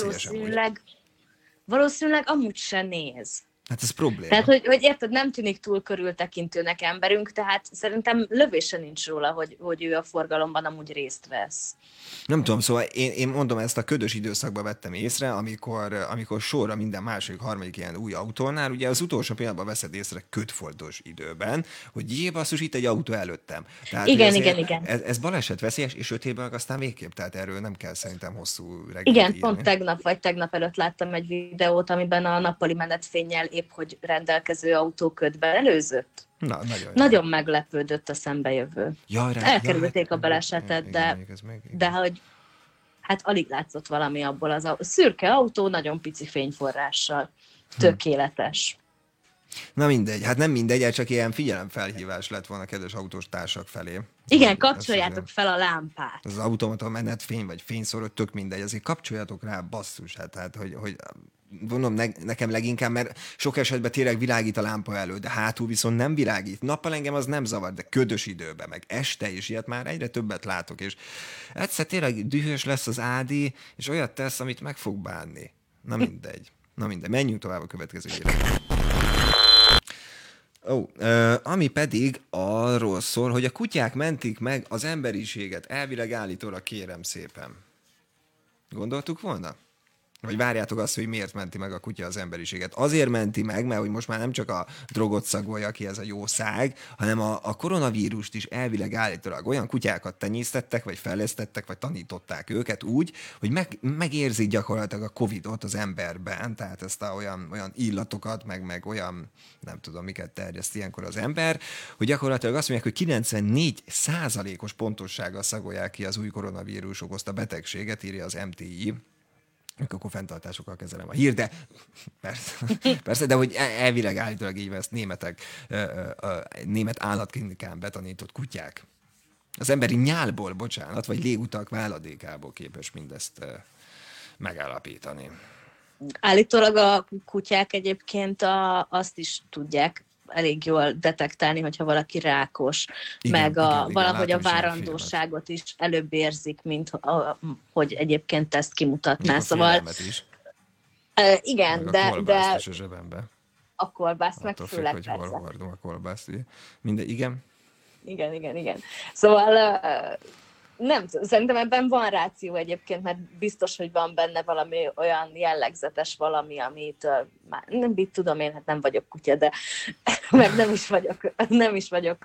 sem valószínűleg amúgy se néz. Hát ez probléma. Tehát, hogy érted, nem tűnik túl körültekintőnek emberünk, tehát szerintem lövése nincs róla, hogy ő a forgalomban amúgy részt vesz. Nem tudom, szóval én mondom, ezt a ködös időszakban vettem észre, amikor sorra minden második, harmadik ilyen új autónál, ugye az utolsó pillanatban veszed észre ködfoltos időben, hogy jé, basszus, itt egy autó előttem. Tehát, igen. Ez balesetveszélyes, és 5 évben aztán végképp, tehát erről nem kell szerintem hosszú reggelt igen, írni. Pont tegnap előtt láttam egy videót, amiben a nappali menetfénnyel épp hogy rendelkező autó ködben előzött. Nagyon meglepődött a szembejövő. Elkerülték a balesetet, de hogy hát alig látszott valami abból az szürke autó, nagyon pici fényforrással. Tökéletes. Na mindegy, hát nem mindegy, csak ilyen figyelemfelhívás lett volna kedves autós társak felé. Igen, kapcsoljátok fel a lámpát. Az automata menetfény, vagy fényszóró, tök mindegy, azért kapcsoljátok rá, basszus, hát hogy mondom, nekem leginkább, mert sok esetben tényleg világít a lámpa elő, de hátul viszont nem világít. Nappal engem az nem zavar, de ködös időben, meg este is ilyet már egyre többet látok, és egyszer tényleg dühös lesz az Ádi, és olyat tesz, amit meg fog bánni. Na mindegy, menjünk tovább a következő hírre. Ami pedig arról szól, hogy a kutyák mentik meg az emberiséget. Elvileg állítólag, kérem szépen. Gondoltuk volna? Vagy várjátok azt, hogy miért menti meg a kutya az emberiséget? Azért menti meg, mert hogy most már nem csak a drogot szagolja ki ez a jó szág, hanem a koronavírust is elvileg állítólag olyan kutyákat tenyésztettek, vagy fejlesztettek, vagy tanították őket úgy, hogy megérzik gyakorlatilag a Covidot az emberben, tehát ezt olyan illatokat, meg olyan, nem tudom, miket terjeszt ilyenkor az ember, hogy gyakorlatilag azt mondják, hogy 94%-os pontossággal szagolják ki az új koronavírus okozta betegséget, írja az MTI. Akkor fenntartásokkal kezelem a hír, de persze, de hogy elvileg állítólag így ezt német állatklinikán betanított kutyák. Az emberi nyálból, vagy légutak váladékából képes mindezt megállapítani. Állítólag a kutyák egyébként azt is tudják elég jól detektálni, hogyha valaki rákos, igen, valahogy a várandóságot is előbb érzik, mint hogy egyébként teszt kimutatná. Szóval igen, de a zsebembe. A kolbászt meg főleg persze. Hogy hol hordom a kolbászt. Igen. Igen. Szóval nem tudom, szerintem ebben van ráció egyébként, mert biztos, hogy van benne valami olyan jellegzetes valami, amit már nem tudom én, hát nem vagyok kutya, de meg nem is vagyok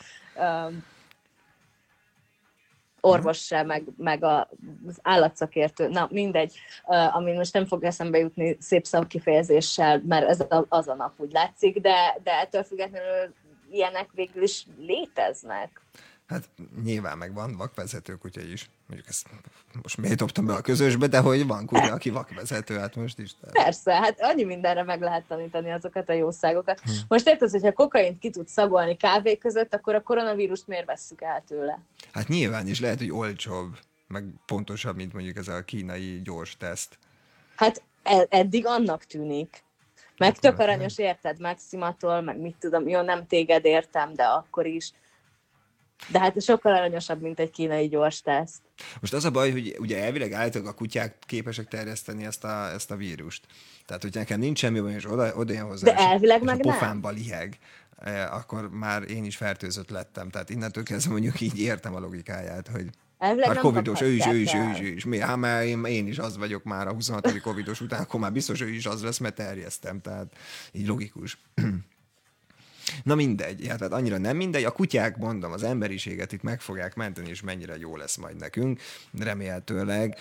orvos se, meg az állatszakértő, na mindegy, ami most nem fog eszembe jutni szép szavkifejezéssel, mert ez az a nap úgy látszik, de ettől függetlenül ilyenek végül is léteznek. Hát nyilván meg van vakvezető kutya is. Mondjuk ezt most miért dobtam be a közösbe, de hogy van kutya, aki vakvezető, hát most is. Persze, hát annyi mindenre meg lehet tanítani azokat a jószágokat. Most érted, hogyha kokaint ki tud szagolni kávé között, akkor a koronavírust miért vesszük el tőle? Hát nyilván is lehet, hogy olcsóbb, meg pontosabb, mint mondjuk ez a kínai gyors teszt. Hát eddig annak tűnik. Meg tök aranyos, érted, Maximatól, meg mit tudom, jó, nem téged értem, de akkor is. De hát sokkal aranyosabb, mint egy kínai gyors teszt. Most az a baj, hogy ugye elvileg állítólag a kutyák képesek terjeszteni ezt a vírust. Tehát, hogy nekem nincs semmi baj, és oda jön hozzá, de elvileg és meg a pofámba liheg, akkor már én is fertőzött lettem. Tehát innentől kezdve mondjuk így értem a logikáját, hogy elvileg már covidos, ő is. Hát már én is az vagyok már a 26. covidos után, akkor már biztos ő is az lesz, mert terjesztem. Tehát így logikus. Na mindegy, hát annyira nem mindegy. A kutyák, mondom, az emberiséget itt meg fogják menteni, és mennyire jó lesz majd nekünk, remélhetőleg.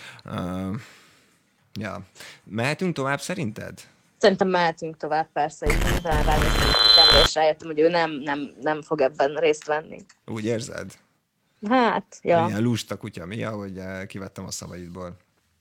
Ja. Mehetünk tovább szerinted? Szerintem mehetünk tovább, persze. Így utána rájöttem, és rájöttem, hogy ő nem fog ebben részt venni. Úgy érzed? Hát, ja. Ilyen lusta kutya, mi, ahogy kivettem a szavaidból.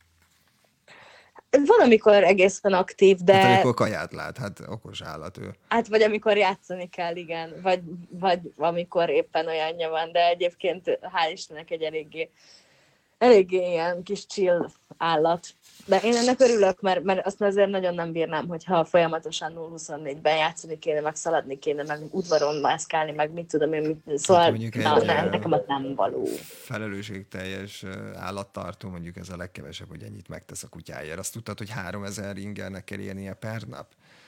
Van, amikor egészen aktív, de... Hát amikor kaját lát, hát okos állat ő. Hát vagy amikor játszani kell, igen. Vagy amikor éppen olyanja van, de egyébként hál' Istennek egy eléggé ilyen kis chill állat. De én ennek örülök, mert azt azért nagyon nem bírnám, hogyha folyamatosan 0-24-ben játszani kéne, meg szaladni kéne, meg udvaron mászkálni, meg mit tudom én, szóval nekem az nem való. Felelősségteljes állattartó, mondjuk ez a legkevesebb, hogy ennyit megtesz a kutyáért. Azt tudtad, hogy 3000 ingernek kell érnie per nap?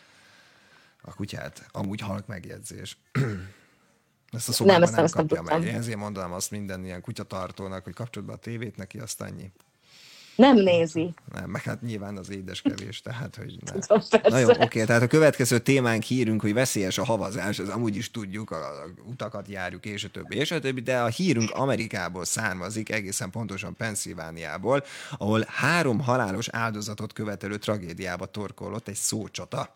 A kutyát. Amúgy halk megjegyzés. Ezt a szobában nem kapja meg. Én ezért mondanám azt minden ilyen kutyatartónak, hogy kapcsolod be a tévét neki, azt annyi. Nem nézi. Nem, meg hát nyilván az édeskevés, tehát, hogy nem. Tudom, na jó, oké, tehát a következő témánk hírünk, hogy veszélyes a havazás, ez amúgy is tudjuk, a utakat járjuk, és a többi, de a hírünk Amerikából származik, egészen pontosan Pennsylvániából, ahol 3 halálos áldozatot követelő tragédiába torkollott egy szócsata.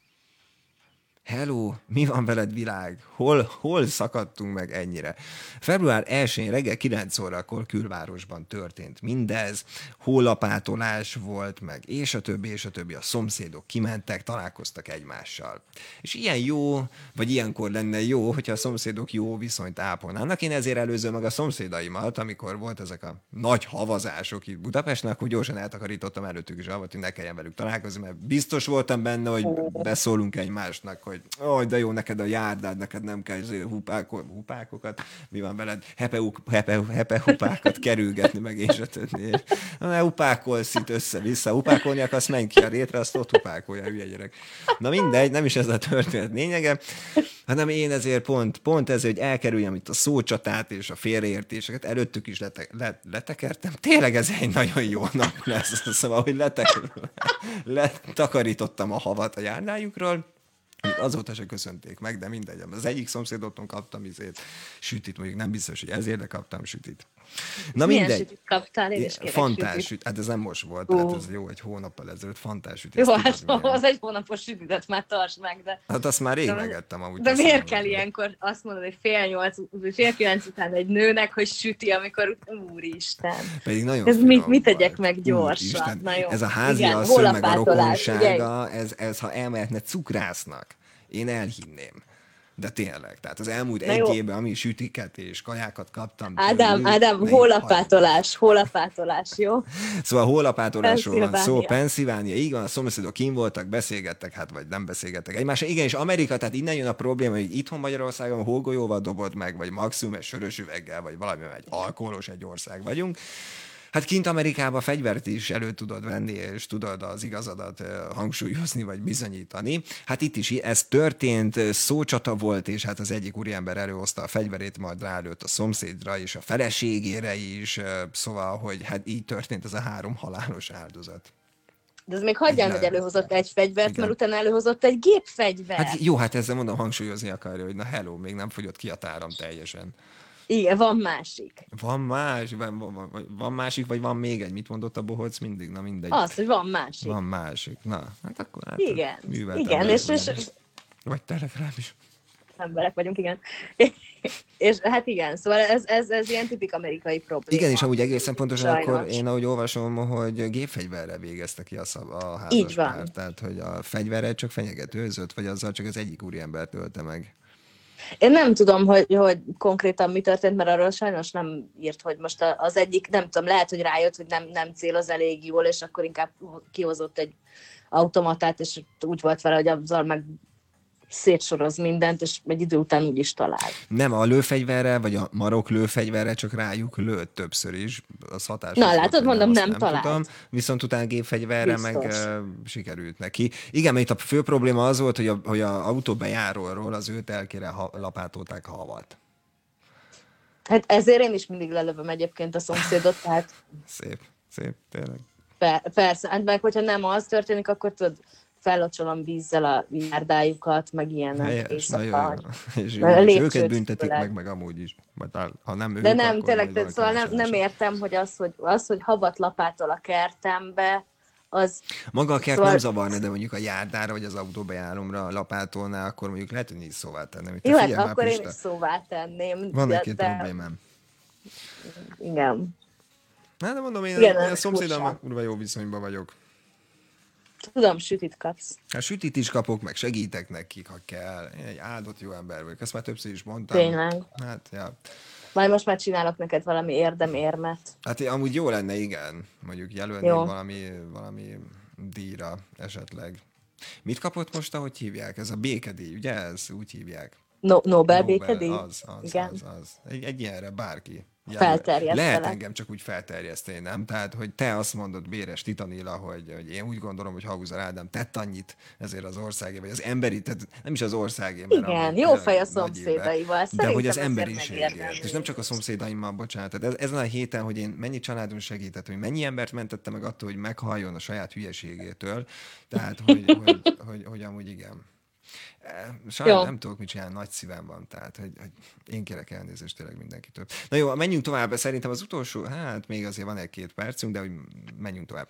Hello, mi van veled, világ? Hol szakadtunk meg ennyire? Február 1-én reggel 9 órakor külvárosban történt mindez, hólapátolás volt meg, és a többi, a szomszédok kimentek, találkoztak egymással. És ilyen jó, vagy ilyenkor lenne jó, hogyha a szomszédok jó viszonyt ápolnának. Én ezért előzöm meg a szomszédaimat, amikor volt ezek a nagy havazások itt Budapesten, akkor gyorsan eltakarítottam előttük is avat, hogy ne kelljen velük találkozni, mert biztos voltam benne, hogy beszólunk egymásnak, hogy de jó, neked a járdád, neked nem kell hupákokat, mi van veled, hepe hupákat kerülgetni, meg és a többi. Ne hupákolsz itt össze-vissza, hupákolni akarsz, menj ki a rétre, azt ott hupákolja, hülye gyerek. Na mindegy, nem is ez a történet lényege, hanem én ezért pont ezért, hogy elkerüljem itt a szócsatát és a félreértéseket, előttük is letekertem. Tényleg ez egy nagyon jó nap lesz, szóval, hogy letakarítottam a havat a járdájukról, azóta se köszönték meg, de mindegy. Az egyik szomszédotton kaptam sütit, mondjuk nem biztos, hogy ezért, de kaptam sütit. Na milyen mindegy. Sütit kaptál? Én is kérek fantás sütit. Hát ez nem most volt, tehát ez jó, egy hónappal ezelőtt fantás sütit. Jó, hát az egy hónapos sütitet már tarts meg, de... Hát azt már rég megettem amúgy. De miért kell ilyenkor azt mondod, hogy fél 9 után egy nőnek, hogy süti, amikor úristen. Pedig nagyon ez mit tegyek meg gyorsan? Na jó. Ez a háziasszony meg a rokonsága, ez ha elmehetne cukrásznak, én elhinném. De tényleg, tehát az elmúlt egy évben, ami sütiket és kajákat kaptam. Ádám, hólapátolás, jó? Szóval hólapátolásról van szó, Pennsylvánia, így van, a szomszédok kim voltak, beszélgettek, hát vagy nem beszélgettek egymással. Igen, és Amerika, tehát innen jön a probléma, hogy itthon Magyarországon hógolyóval dobod meg, vagy maximum egy sörös üveggel, vagy valami, egy alkoholos egy ország vagyunk. Hát kint Amerikában fegyvert is elő tudod venni, és tudod az igazadat hangsúlyozni, vagy bizonyítani. Hát itt is ez történt, szócsata volt, és hát az egyik úriember előhozta a fegyverét, majd rálőtt a szomszédra, és a feleségére is, szóval, hogy hát így történt ez a 3 halálos áldozat. De ez még hagyján, hogy előhozott egy fegyvert, igen. Mert utána előhozott egy gépfegyvert. Hát jó, hát ezzel mondom, hangsúlyozni akarja, hogy na hello, még nem fogyott ki a táram teljesen. Igen, van másik. Van másik, vagy van még egy? Mit mondott a bohóc mindig? Na mindegy. Az, hogy van másik. Van másik. Na, hát akkor igen, és vagy telegram is. emberek vagyunk, igen. És hát igen, szóval ez ilyen tipik amerikai probléma. Igen, és amúgy egészen pontosan akkor én ahogy olvasom, hogy gépfegyverrel végezte ki a házaspár. Tehát, hogy a fegyverrel csak fenyegetőzött, vagy azzal csak az egyik úriembert ölte meg. Én nem tudom, hogy konkrétan mi történt, mert arról sajnos nem írt, hogy most az egyik, nem tudom, lehet, hogy rájött, hogy nem céloz elég jól, és akkor inkább kihozott egy automatát, és úgy volt vele, hogy azzal meg szétsoroz mindent, és egy idő után úgy is talál. Nem, a lőfegyverre, vagy a marok lőfegyverre csak rájuk lőtt többször is. Az hatás. Na, látod, mondom, nem talált. Tudom, viszont utána gépfegyverre meg sikerült neki. Igen, mert itt a fő probléma az volt, hogy a autóbejáróról az őt elkére lapátolták havat. Hát ezért én is mindig lelövöm egyébként a szomszédot, tehát... Szép, tényleg. Persze, hát meg hogyha nem az történik, akkor tudod, fellocsolom vízzel a járdájukat, meg ilyenek. Helyes, nagyon jó. És őket büntetik meg amúgy is. Ha nem de ők, nem, tényleg, szóval nem értem, hogy az, hogy havat lapátol a kertembe, az... Maga a kert nem zavarna, de mondjuk a járdára, vagy az autóbejáromra lapátolná, akkor mondjuk lehet, hogy így szóvá tenném. Jó, hát akkor én is szóvá tenném. Van egy-két problémám. Igen. Hát de mondom, én a szomszédammal kurva jó viszonyban vagyok. Tudom, sütit kapsz. Hát sütit is kapok, meg segítek nekik, ha kell. Én egy áldott jó ember vagyok. Ezt már többször is mondtam. Tényleg. Hát, ja. Majd most már csinálok neked valami érdemérmet. Hát amúgy jó lenne, igen. Mondjuk jelölnék valami díjra esetleg. Mit kapott most, ahogy hívják? Ez a békedíj, ugye? Ez úgy hívják. Nobel békedíj? Az. Egy ilyenre bárki. Lehet engem csak úgy felterjeszteni, nem? Tehát, hogy te azt mondod, Béres Titanilla, hogy én úgy gondolom, hogy Hauser Ádám tett annyit ezért az országé, vagy az emberi, tehát nem is az országé. Igen, jó fej a szomszédaival. De hogy az emberiségért. És nem csak a szomszédaimmal, bocsánat. Tehát ezen a héten, hogy én mennyi családon segítettem, hogy mennyi embert mentette meg attól, hogy meghalljon a saját hülyeségétől. Tehát, hogy amúgy igen. Sajnos nem tudok mit csinálni, nagy szívem van, tehát hogy én kérek elnézést tényleg mindenkitől. Na jó, menjünk tovább, szerintem az utolsó, hát még azért van 1-2 percünk, de hogy menjünk tovább.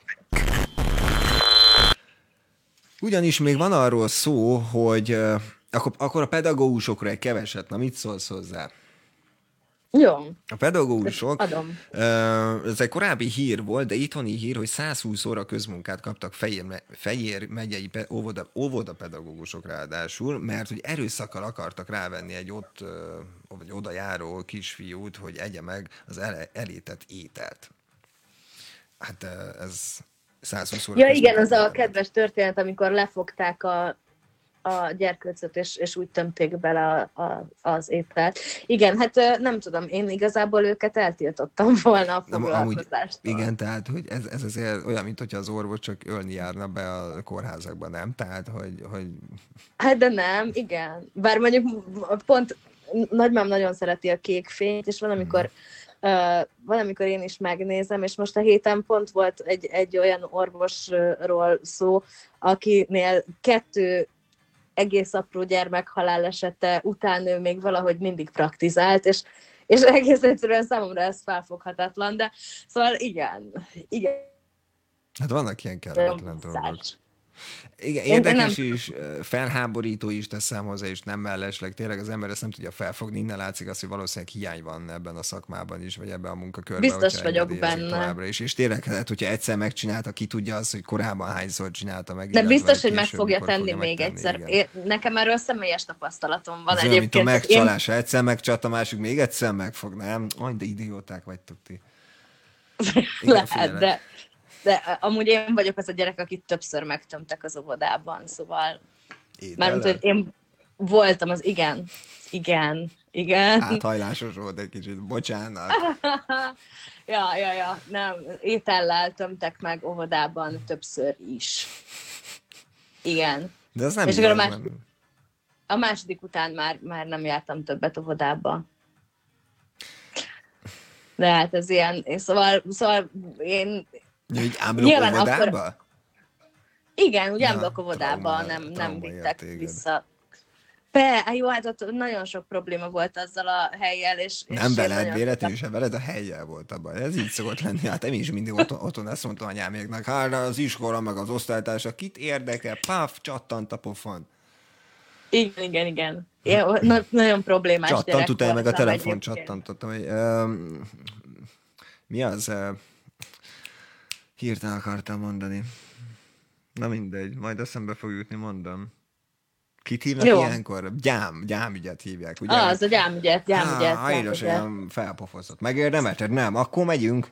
Ugyanis még van arról szó, hogy akkor a pedagógusokra egy keveset, na mit szólsz hozzá? Jó. A pedagógusok, ez egy korábbi hír volt, de itthoni hír, hogy 120 óra közmunkát kaptak Fejér megyei óvodapedagógusok ráadásul, mert hogy erőszakkal akartak rávenni egy vagy oda járó kisfiút, hogy egye meg az elétett ételt. Hát ez 120 óra. Ja igen, az a kedves történet, amikor lefogták a gyerkőcöt, és úgy tömték bele az ételt. Igen, hát nem tudom, én igazából őket eltiltottam volna a foglalkozástól. Igen, tehát, hogy ez azért olyan, mint hogyha az orvos csak ölni járna be a kórházakba, nem? Tehát, hogy... Hát de nem, igen. Bár mondjuk pont nagymám nagyon szereti a kék fényt, és valamikor én is megnézem, és most a héten pont volt egy olyan orvosról szó, akinél 2 egész apró gyermek halálesete után ő még valahogy mindig praktizált, és egész egyszerűen számomra ez felfoghatatlan, de szóval igen. Hát vannak ilyen kellemetlen dolgok. Igen, érdekes is, felháborító is teszem hozzá, és nem mellesleg. Tényleg az ember ezt nem tudja felfogni. Innen látszik az, hogy valószínűleg hiány van ebben a szakmában is, vagy ebben a munkakörben. Biztos vagyok benne. És tényleg, hát, hogyha egyszer megcsinálta, ki tudja azt, hogy korábban hányszor csinálta meg. De biztos, hogy meg fogja tenni még egyszer. Nekem erről személyes tapasztalatom van egyébként. Mint a megcsalás, egyszer megcsalt, a másik még egyszer megfog, nem? De idióták vagytok ti. Lehet, de amúgy én vagyok az a gyerek, akit többször megtömtek az óvodában, szóval... Mármint, hogy én voltam az... Igen. Áthajlásos volt egy kicsit, bocsánat. Ja, nem, étellel tömtek meg óvodában többször is. Igen. De ez nem és a második után már nem jártam többet óvodába. De hát ez ilyen, szóval én... Úgy ámblok óvodába? Akkor... Igen, úgy ámblok óvodába, nem vittek vissza. Jó, hát ott nagyon sok probléma volt azzal a hellyel, és nem veled, véletlenül sem veled, a hellyel volt abban. Ez így szokott lenni. Hát én is mindig otthon ezt mondtam anyáméknak. Hát az iskola, meg az osztálytársa, kit érdekel? Paf, csattant a pofon. Igen. Nagyon problémás gyerek Csattant utána meg a telefon, egyébként. csattantottam. Mi az? Hirtelen akartam mondani. Na mindegy, majd eszembe fog jutni, mondom. Kit hívnak ilyenkor? Gyámügyet hívják, ugye? Az a gyámügyet. Ájnos, olyan felpofozott. Megérdemelted? Nem, akkor megyünk.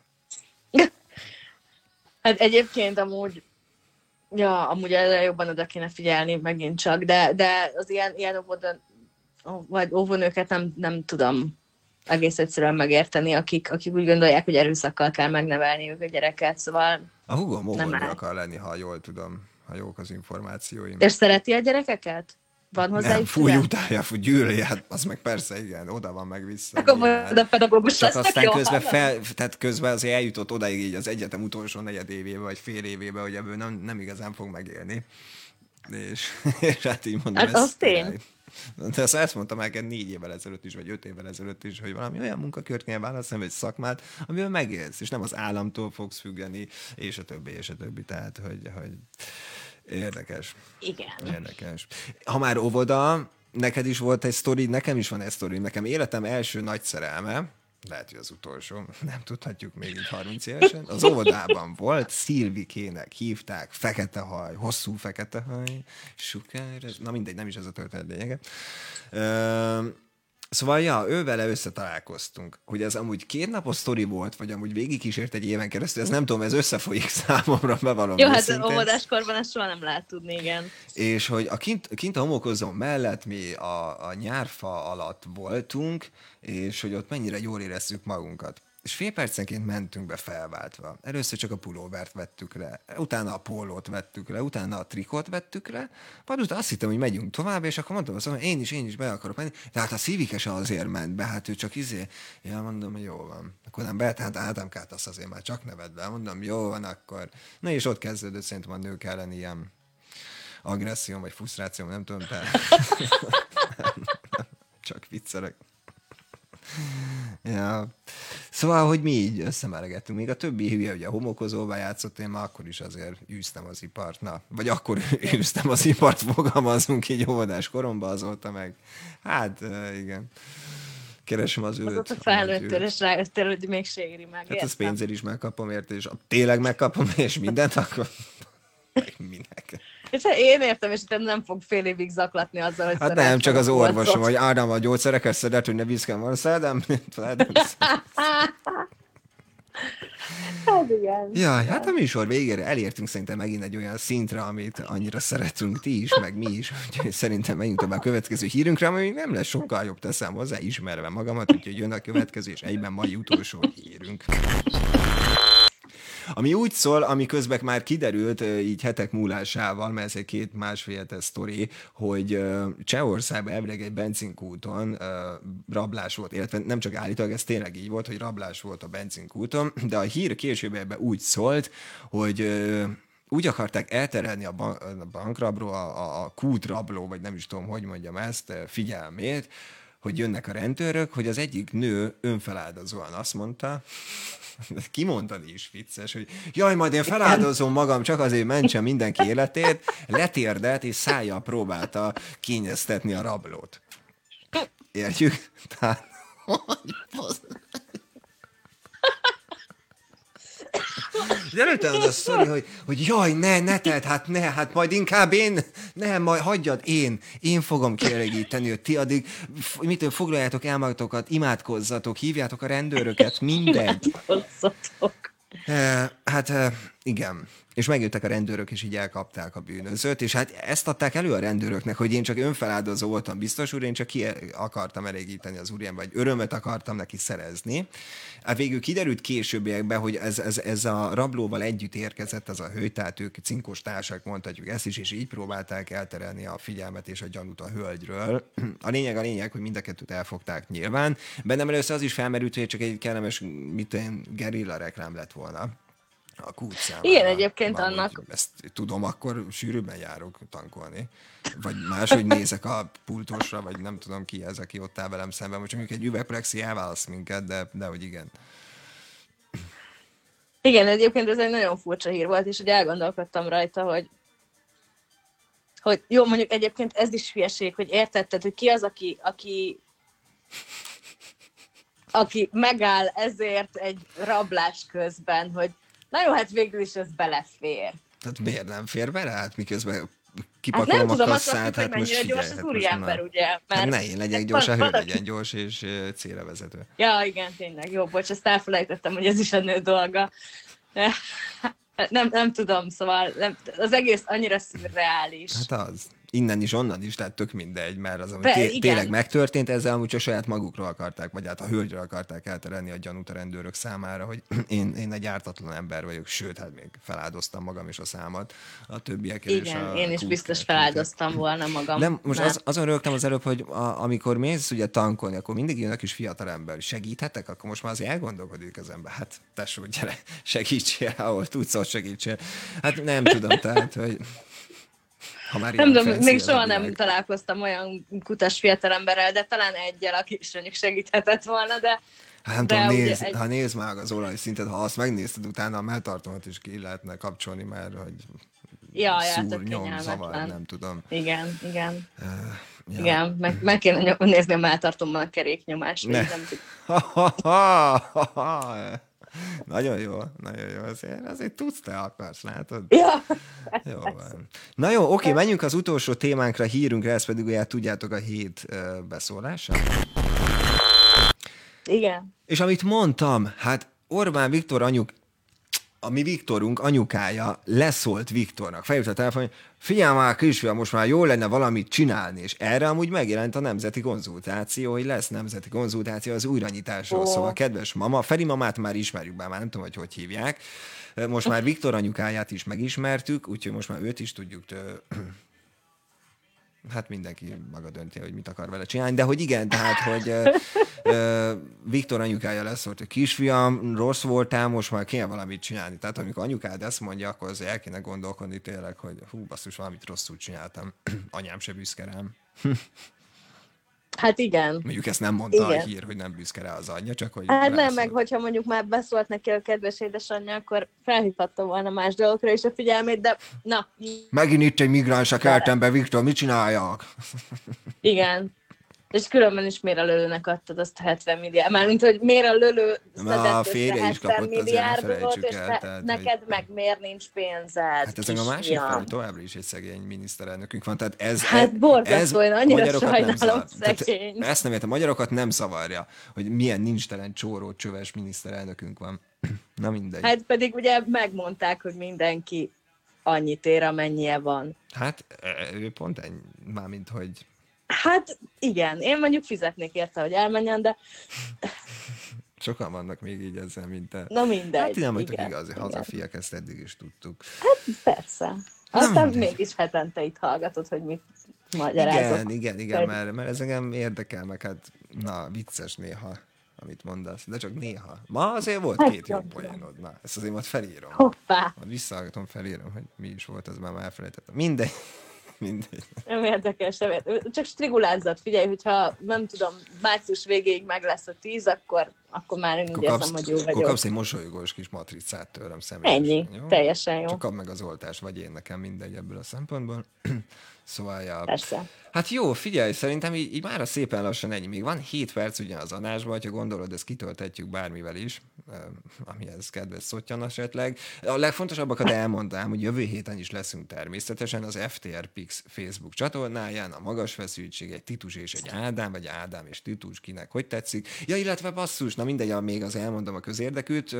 Hát egyébként amúgy erre jobban oda kéne figyelni megint csak, de az ilyen óvónőket nem tudom egész egyszerűen megérteni, akik úgy gondolják, hogy erőszakkal kell megnevelniük a gyereket, szóval... A húgom óvónő akar lenni, ha jól tudom, ha jók az információim. És szereti a gyerekeket? Van hozzá nem, fúj utálja, gyűlöli, hát az meg persze, igen, oda van meg vissza. Akkor majd a pedagógus csak aztán jó, tehát közben azért eljutott odaig így az egyetem utolsó negyedévébe, vagy fél évébe, hogy ebből nem igazán fog megélni. És hát így mondom, hát az tény. De ezt mondtam neked 4 évvel ezelőtt is, vagy 5 évvel ezelőtt is, hogy valami olyan munkakört kell választani, vagy szakmát, amivel megélsz, és nem az államtól fogsz függeni, és a többi. Tehát, hogy érdekes. Igen. Érdekes. Ha már óvoda, neked is volt egy sztori, nekem is van egy sztori. Nekem életem első nagy szerelme, lehet, hogy az utolsó, nem tudhatjuk még így 30 évesen, az óvodában volt, Szilvikének hívták, fekete haj, hosszú fekete haj, sukár, na mindegy, nem is ez a történet lényege. Szóval, ővele összetalálkoztunk. Hogy ez amúgy 2 napos sztori volt, vagy amúgy végigkísért egy éven keresztül, ez nem tudom, ez összefolyik számomra, bevallom. Jó, hát óvodáskorban ezt soha nem lehet tudni, igen. És hogy kint a homokozó mellett mi a nyárfa alatt voltunk, és hogy ott mennyire jól éreztük magunkat. És fél percenként mentünk be felváltva. Először csak a pulóvert vettük le, utána a pólót vettük le, utána a trikót vettük le, majd utána azt hittem, hogy megyünk tovább, és akkor mondtam azt, hogy én is be akarok menni, de hát a Szívike se azért ment be, hát ő csak mondom, hogy jó van. Akkor nem be, hát Ádámkát azt azért már csak neved be, mondom, jó van akkor. Na és ott kezdődött szerintem a nők ellen ilyen agresszió, vagy frusztráció, nem tudom, csak viccelek. Ja. Szóval, hogy mi így összemeregettünk. Még a többi hülye, ugye homokozóval játszott, én már akkor is azért űztem az ipart. Na, vagy akkor űztem az ipart, fogalmazunk így óvodás koromban, azóta meg. Hát, igen. Keresem az őt. Azóta felnőttél, és rájöttél, hogy még se éri meg. Hát ezt pénzért is megkapom érte, és tényleg megkapom, és mindent, akkor minek? És én értem, és nem fog fél évig zaklatni azzal, hogy hát nem, csak az orvosom, hogy Ádám a gyógyszereket szedett, hogy ne viszkem volna, szedem. Hát igen. Jaj, hát a műsor végére elértünk szerintem megint egy olyan szintre, amit annyira szeretünk ti is, meg mi is. Úgyhogy szerintem menjünk tovább a következő hírünkre, ami nem lesz sokkal jobb, teszem hozzá, ismerve magamat, úgyhogy jön a következő, és egyben mai utolsó hírünk. Ami úgy szól, ami közben már kiderült így hetek múlásával, mert ez egy 2,5 hetes sztori, hogy Csehországban elvileg egy benzinkúton rablás volt, illetve nem csak állítólag, ez tényleg így volt, hogy rablás volt a benzinkúton, de a hír később ebben úgy szólt, hogy úgy akarták elterelni a bankrabló, a kútrabló, vagy nem is tudom, hogy mondjam ezt, figyelmét, hogy jönnek a rendőrök, hogy az egyik nő önfeláldozóan azt mondta, kimondani is vicces, hogy jaj, majd én feláldozom magam, csak azért mentsem mindenki életét, letérdelt és szájjal próbálta kényeztetni a rablót. Értjük? Tehát, de előtte az a sztori, hogy jaj, ne tedd, hát majd inkább majd hagyjad, én fogom kielégíteni, hogy ti addig, foglaljátok el magatokat, imádkozzatok, hívjátok a rendőröket, mindegy. Hát igen. És megjöttek a rendőrök, és így elkapták a bűnözőt, és hát ezt adták elő a rendőröknek, hogy én csak önfeláldozó voltam, biztos úr, én csak ki akartam elégíteni az úriember, vagy örömet akartam neki szerezni. Hát végül kiderült későbbiekben, hogy ez a rablóval együtt érkezett az a hölgy, tehát ők cinkos társak, mondhatjuk ezt is, és így próbálták elterelni a figyelmet és a gyanút a hölgyről. A lényeg, hogy mind a kettőt elfogták nyilván. Bennem először az is felmerült, hogy csak egy kellemes, gerilla reklám lett volna. A kút számára. Igen, egyébként annak. Ezt tudom, akkor sűrűbben járok tankolni. Vagy máshogy nézek a pultosra, vagy nem tudom ki ez, aki ott áll velem szemben. Most mondjuk egy üvegplexi elválaszt minket, de hogy igen. Igen, egyébként ez egy nagyon furcsa hír volt, és hogy elgondolkodtam rajta, hogy jó, mondjuk egyébként ez is hülyeség, hogy érted, tehát, hogy ki az, aki megáll ezért egy rablás közben, hogy na jó, hát végül is ez belefér. Hát miért nem fér bele? Hát miközben kipakolom hát nem tudom, a kasszát, hát most figyelj. Gyors az úriember, ugye? Hát ne én legyek gyors, a hő legyen gyors és célra vezető. Ja, igen, tényleg. Jó, bocs, ezt elfelejtettem, hogy ez is a nő dolga. Nem tudom, szóval az egész annyira szürreális. Hát az. Innen is, onnan is, tehát tök mindegy, mert az, ami tényleg megtörtént, ezzel amúgy csak saját magukról akarták, vagy hát a hölgyről akarták elterelni a gyanút a rendőrök számára, hogy én egy ártatlan ember vagyok, sőt, hát még feláldoztam magam és a számat a többiekért. Igen, én is biztos feláldoztam volna magam. Nem, most azon rögtem az előbb, hogy amikor mész ugye tankolni, akkor mindig jön a kis fiatal ember, segíthetek? Akkor most már azért elgondolkodik az ember, hát tesó, gyere, segítsél, ahol tudsz, ott segítsél. Hát nem tudom, tehát, hogy... Nem tudom, még soha nem találkoztam olyan kutas fiatalemberrel, de talán egyel, aki is mondjuk segíthetett volna, de... Hát nem tudom, ha nézd meg az olajszintet, ha azt megnézted, utána a melltartomat is ki lehetne kapcsolni, mert hogy szúr, nyom, zavar, nem tudom. Igen. Igen, meg kéne nézni a melltartomban a keréknyomást. Nagyon jó. Azért tudsz, te akarsz, látod? Ja. Jó van. Na jó, oké, menjünk az utolsó témánkra, hírünkre, ez pedig ugye tudjátok a hét beszólása. Igen. És amit mondtam, hát Orbán Viktor a mi Viktorunk anyukája leszólt Viktornak. Felhívta a telefon, hogy figyelj már, kisfiam, most már jól lenne valamit csinálni, és erre amúgy megjelent a nemzeti konzultáció, hogy lesz nemzeti konzultáció az újranyitásról. Szóval, kedves mama, Feri mamát már ismerjük, bár már nem tudom, hogy hívják. Most már Viktor anyukáját is megismertük, úgyhogy most már őt is tudjuk hát mindenki maga dönti, hogy mit akar vele csinálni, de hogy igen, tehát, hogy Viktor anyukája lesz, hogy kisfiam, rossz voltál, most már kéne valamit csinálni. Tehát amikor anyukád ezt mondja, akkor azért el kéne gondolkodni tényleg, hogy basszus, valamit rosszul csináltam. Anyám se büszke rám. Hát igen. Mondjuk ezt nem mondta a hír, hogy nem büszke rá az anyja, csak hogy... Hát nem, meg hogyha mondjuk már beszólt neki a kedves édesanyja, akkor felhívhatta volna más dolgokra is a figyelmét, de na. Megint itt egy migráns a kertembe, Viktor, mit csináljak? Igen. És különben is miért a lölőnek adtad azt a 70 milliárd. Mármint, hogy miért a lölő szedett össze 70 milliárdot, és neked meg miért nincs pénzed. Hát ez a másik fel, továbbra is egy szegény miniszterelnökünk van. Tehát ez, hát borzasztó, én annyira sajnálom szegény. Ezt nem értem, a magyarokat nem zavarja, hogy milyen nincstelen csóró csöves miniszterelnökünk van. Na mindegy. Hát pedig ugye megmondták, hogy mindenki annyit ér, amennyie van. Hát ő pont mármint, hogy... Hát igen, én mondjuk fizetnék érte, hogy elmenjen, de... Sokan vannak még így ezzel, mint te. Na mindegy. Hát nem vagytok igazi hazafiak, ezt eddig is tudtuk. Hát persze. Aztán mégis hetente itt hallgatod, hogy mit magyarázok. Igen, mert ez engem érdekel, meg hát vicces néha, amit mondasz, de csak néha. Ma azért volt két jó poénod, na, ezt azért majd felírom. Hoppá! Majd visszahallgatom, felírom, hogy mi is volt, az már elfelejtettem. Mindegy. Nem érdekes, csak strigulázzat, figyelj, hogyha nem tudom, március végéig meg lesz a 10, akkor már én úgy érzem, hogy jó vagyok. Akkor kapsz egy mosolygós kis matricát tőlem személyesen. Ennyi, jó? Teljesen jó. Csak kap meg az oltást, vagy én, nekem mindegy ebből a szempontból. Szóval, ja. Persze. Hát jó, figyelj, szerintem így mára szépen lassan ennyi. Még van 7 perc ugyan az adásban, ha gondolod, ezt kitölthetjük bármivel is, amihez kedves szottyan esetleg. A legfontosabbakat elmondám, hogy jövő héten is leszünk természetesen az FTR Pix Facebook csatornáján, a magas feszültség, egy Titus és egy Ádám, vagy Ádám és Titus, kinek hogy tetszik. Ja, illetve basszus, na mindegy, még az elmondom a közérdekűt,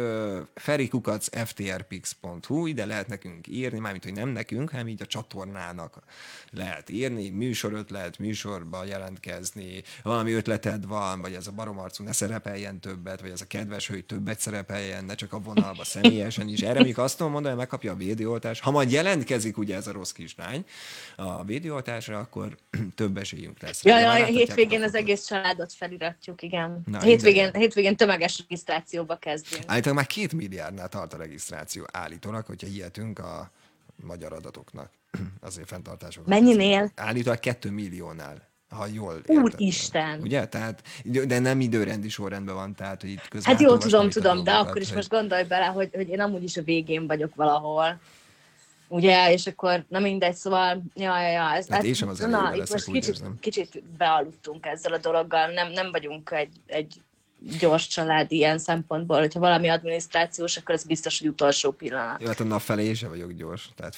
ferikukac.ftrpix.hu, ide lehet nekünk írni, mármint, hogy nem nekünk, hanem így a csatornának lehet írni, műsorötlet, műsorba jelentkezni, valami ötleted van, vagy ez a baromarcú ne szerepeljen többet, vagy ez a kedves hölgy többet szerepeljen, ne csak a vonalba személyesen is. Erre még azt tudom mondani, hogy megkapja a védőoltást. Ha majd jelentkezik ugye ez a rossz kislány a védőoltásra, akkor több esélyünk lesz. Ja, hétvégén az egész családot feliratjuk, igen. Na, hétvégén tömeges regisztrációba kezdünk. Állítólag már 2 milliárdnál tart a regisztráció állítólag, hogyha hihetünk a magyar adatoknak. Azért fenntartások. Mennyinél? Állítólag 2 milliónál, ha jól értettem. Úristen! Ugye? Tehát, de nem időrendi sorrendben van, tehát, hogy itt közben... Hát jó, tudom, de akkor is most gondolj bele, hogy én amúgy is a végén vagyok valahol. ugye, és akkor nem mindegy, szóval, hát én sem az elejében leszek, most kicsit bealudtunk ezzel a dologgal, nem vagyunk egy gyors család ilyen szempontból, hogyha valami adminisztrációs, akkor ez biztos, hogy utolsó pillanat. Jó, hát a nap felé én sem vagyok gyors, tehát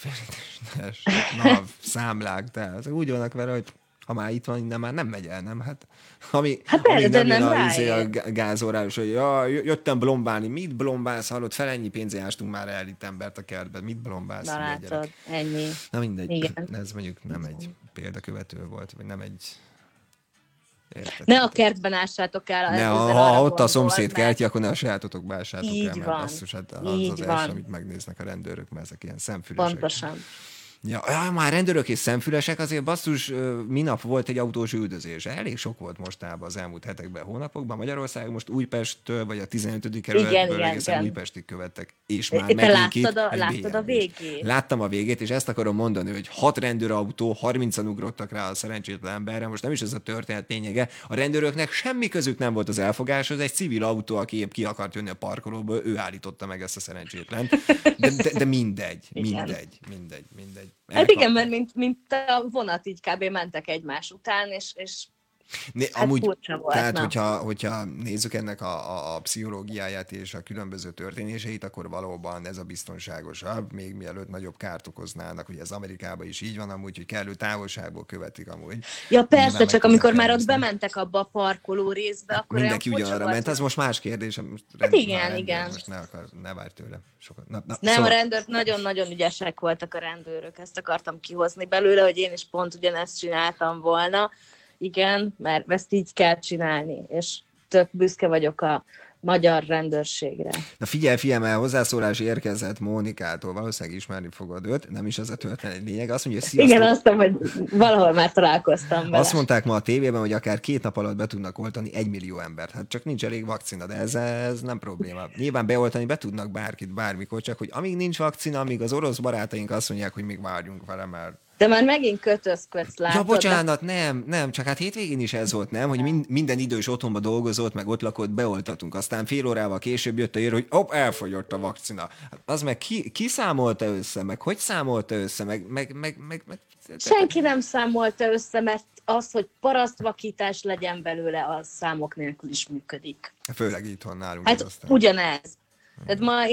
NAV, számlák, tehát úgy vannak vele, hogy ha már itt van, innen már nem megy el, nem? Hát, amíg nem jön a gázórás, hogy jöttem blombálni, mit blombálsz, hallott, fel ennyi pénzé ástunk már el itt embert a kertben, mit blombálsz? Na látod, ennyi. Na mindegy, igen. Ez mondjuk nem egy példakövető volt, vagy nem egy... Érted? Ne a kertben ássátok el. Ha ott a szomszéd kertje, akkor ne a sajátotokba ássátok el, mert basszus, hát az első, amit megnéznek a rendőrök, mert ezek ilyen szemfülesek. Pontosan. Ja, már rendőrök és szemfülesek, azért basszus, minap volt egy autós üldözés. Elég sok volt mostában az elmúlt hetekben, hónapokban. Magyarországon most Újpesttől, vagy a 15. kerületből egészen Újpestig követtek. És már láttad a végét? Láttam a végét, és ezt akarom mondani, hogy 6 rendőrautó, 30-an ugrottak rá a szerencsétlen emberre. Most nem is ez a történet lényege. A rendőröknek semmi közük nem volt az elfogáshoz, egy civil autó, aki épp ki akart jönni a parkolóból, ő állította meg ezt a szerencsétlen. De mindegy. Hát igen, mert mint a vonat, így kb. Mentek egymás után, és amúgy, volt, tehát hogyha nézzük ennek a pszichológiáját és a különböző történéseit, akkor valóban ez a biztonságosabb, még mielőtt nagyobb kárt okoznának. Ugye ez Amerikában is így van amúgy, hogy kellő távolságból követik amúgy. Ja persze, nyilván csak amikor már ott bementek abba a parkoló részbe, akkor mindenki ugyanarra ment, az most más kérdés. Hát igen. Most ne várj tőle sokat. Nem, szóval... a rendőrök nagyon-nagyon ügyesek voltak a rendőrök, ezt akartam kihozni belőle, hogy én is pont ugyanezt csináltam volna. Igen, mert ezt így kell csinálni, és tök büszke vagyok a magyar rendőrségre. Na figyelj, mert hozzászólás érkezett Mónikától, valószínűleg ismerni fogod őt, nem is az a történet lényeg. Azt mondja, hogy sziasztok. Igen, azt mondom, hogy valahol már találkoztam vele. Azt mondták ma a tévében, hogy akár 2 nap alatt be tudnak oltani 1 millió embert. Hát csak nincs elég vakcina, de ez nem probléma. Nyilván beoltani be tudnak bárkit bármikor, csak hogy amíg nincs vakcina, amíg az orosz barátaink azt mondják, hogy még várjunk vele, mert de már megint kötözködsz, látod? Ja, bocsánat, nem, csak hát hétvégén is ez volt, nem? Hogy minden idős otthonba dolgozott, meg ott lakott, beoltatunk. Aztán fél órával később jött a ír, hogy elfogyott a vakcina. Az meg ki számolta össze, meg hogy számolta össze, meg... Senki nem számolta össze, mert az, hogy parasztvakítás legyen belőle, az számok nélkül is működik. Főleg itthon nálunk. Hát ugyanez. Tehát ma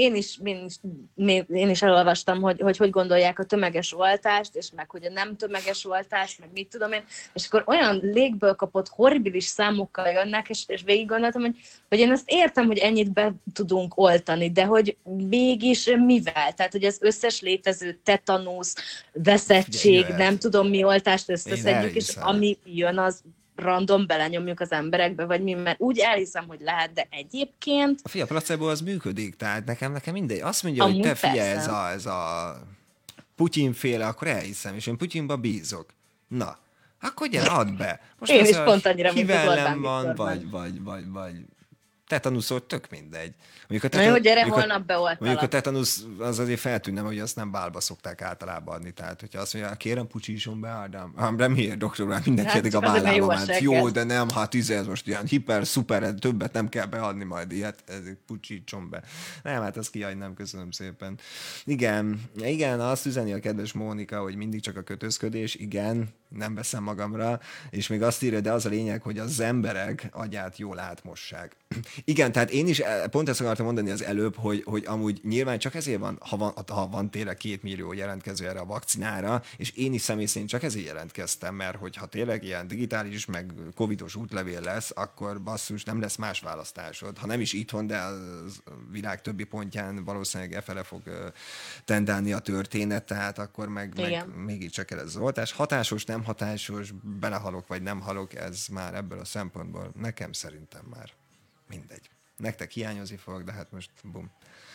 én is elolvastam, hogy gondolják a tömeges oltást, és meg hogy a nem tömeges oltást, meg mit tudom én, és akkor olyan légből kapott horribilis számokkal jönnek, és végig gondoltam, hogy én ezt értem, hogy ennyit be tudunk oltani, de hogy mégis mivel? Tehát, hogy az összes létező tetanusz, veszettség, nem tudom mi oltást összeszedjük, és ami jön, az random belenyomjuk az emberekbe, vagy mi, mert úgy elhiszem, hogy lehet, de egyébként... A placebo az működik, tehát nekem mindegy. Azt mondja, hogy te figyelj, ez a Putyin-féle, akkor elhiszem, és én Putyinba bízok. Na, akkor gyere, add be. Most én is pont annyira, mint az Orbán van, vagy tetanuszot, tök mindegy. Na jó, gyere, holnap beoltalak. Mondjuk a tetanusz az azért feltűnne, hogy azt nem bálba szokták általában adni. Tehát, hogyha azt mondja, kérem, pucsíson be, Ádám. De miért, doktor úr, mindenki eddig a vállába ment. Jó, de nem, hát ez most ilyen hiper, szuper, többet nem kell beadni majd ilyet, ezért pucsítson be. Nem, hát ezt kiadnám, köszönöm szépen. Igen, azt üzeni a kedves Mónika, hogy mindig csak a kötözködés, igen, nem veszem magamra, és még azt írja, de az a lényeg, hogy az emberek agyát jól átmossák. Igen, tehát én is pont ezt akartam mondani az előbb, hogy amúgy nyilván csak ezért van, ha van tényleg 2 millió jelentkező erre a vakcinára, és én is személy szerint csak ezért jelentkeztem, mert hogyha tényleg ilyen digitális, meg covidos útlevél lesz, akkor basszus, nem lesz más választásod. Ha nem is itthon, de a világ többi pontján valószínűleg efele fog tendálni a történet, tehát akkor meg mégiscsak kell ez az oltás. Hatásos, nem hatásos, belehalok vagy nem halok, ez már ebből a szempontból nekem szerintem már mindegy. Nektek hiányozni fog, de hát most bum.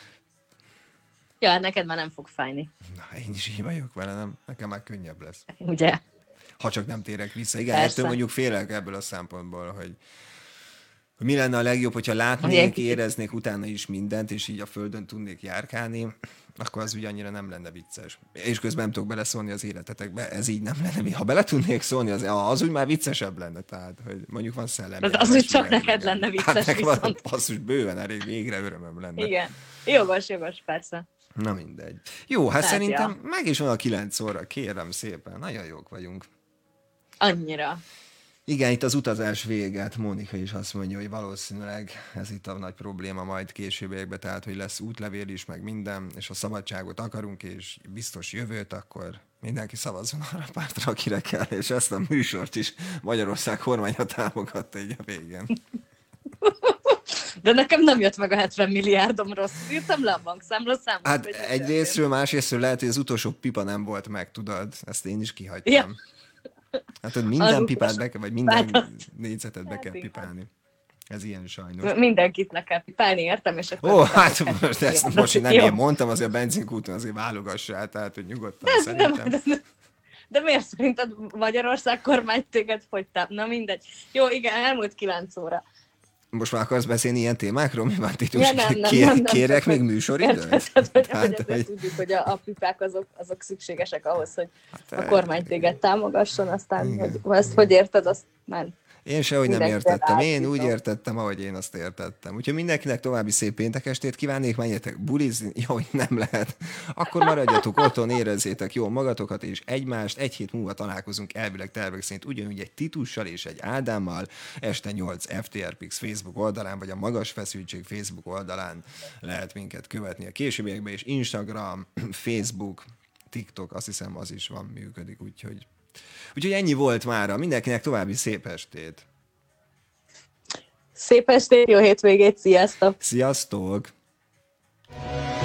Ja, neked már nem fog fájni. Na, én is így vagyok vele, nem? Nekem már könnyebb lesz. Ugye? Ha csak nem térek vissza. Igen, ettől mondjuk félek ebből a szempontból, hogy mi lenne a legjobb, hogyha látnék, éreznék utána is mindent, és így a földön tudnék járkálni, akkor az ugye annyira nem lenne vicces. És közben nem tudok beleszólni az életetekbe, ez így nem lenne. Ha bele tudnék szólni, az úgy már viccesebb lenne, tehát, hogy mondjuk van szellemi. Az úgy csak neked lenne vicces, hát viszont. Basszus, bőven elég, végre örömöm lenne. Igen, jogos, persze. Na mindegy. Jó, hát szerintem meg is van a 9 óra, kérem szépen. Nagyon jók vagyunk. Annyira. Igen, itt az utazás véget. Mónika is azt mondja, hogy valószínűleg ez itt a nagy probléma majd későbbiekben, tehát, hogy lesz útlevél is, meg minden, és ha szabadságot akarunk, és biztos jövőt, akkor mindenki szavazzon arra a pártra, akire kell, és ezt a műsort is Magyarország kormánya támogatta így a végén. De nekem nem jött meg a 70 milliárdom, rossz. Írtam le a bankszámla számot. Hát egyrésztről, másrésztről lehet, hogy az utolsó pipa nem volt meg, tudod? Ezt én is kihagytam. Ja. Hát, hogy minden pipát be kell, vagy minden négyzetet be kell pipálni. Ez ilyen sajnos. Mindenkit le kell pipálni, értem, és akkor... hát most ezt most nem én mondtam, azért a benzinkúton azért válogassál, tehát, hogy nyugodtan szerintem. De miért szerinted Magyarország kormány téged fogytál? Na mindegy. Jó, igen, elmúlt 9 óra. Most már akarsz beszélni ilyen témákról? Mi van, Titus? Kérek még műsoridőt? Hogy tudjuk, hogy a pipák azok szükségesek ahhoz, hogy a kormány téged támogasson, aztán hogy ezt hogy érted, azt már... Én sehogy nem értettem. Én úgy értettem, ahogy én azt értettem. Úgyhogy mindenkinek további szép péntek estét kívánnék, menjetek bulizni, hogy nem lehet. Akkor maradjatok otthon, érezzétek jól magatokat és egymást. Egy hét múlva találkozunk elvileg tervek szerint ugyanúgy egy Titussal és egy Ádámmal. Este 8 FTRPix Facebook oldalán, vagy a Magas Feszültség Facebook oldalán lehet minket követni a későbbiekben, és Instagram, Facebook, TikTok, azt hiszem az is van, működik, úgyhogy ennyi volt mára. Mindenkinek további szép estét. Szép estét, jó hétvégét, sziasztok! Sziasztok!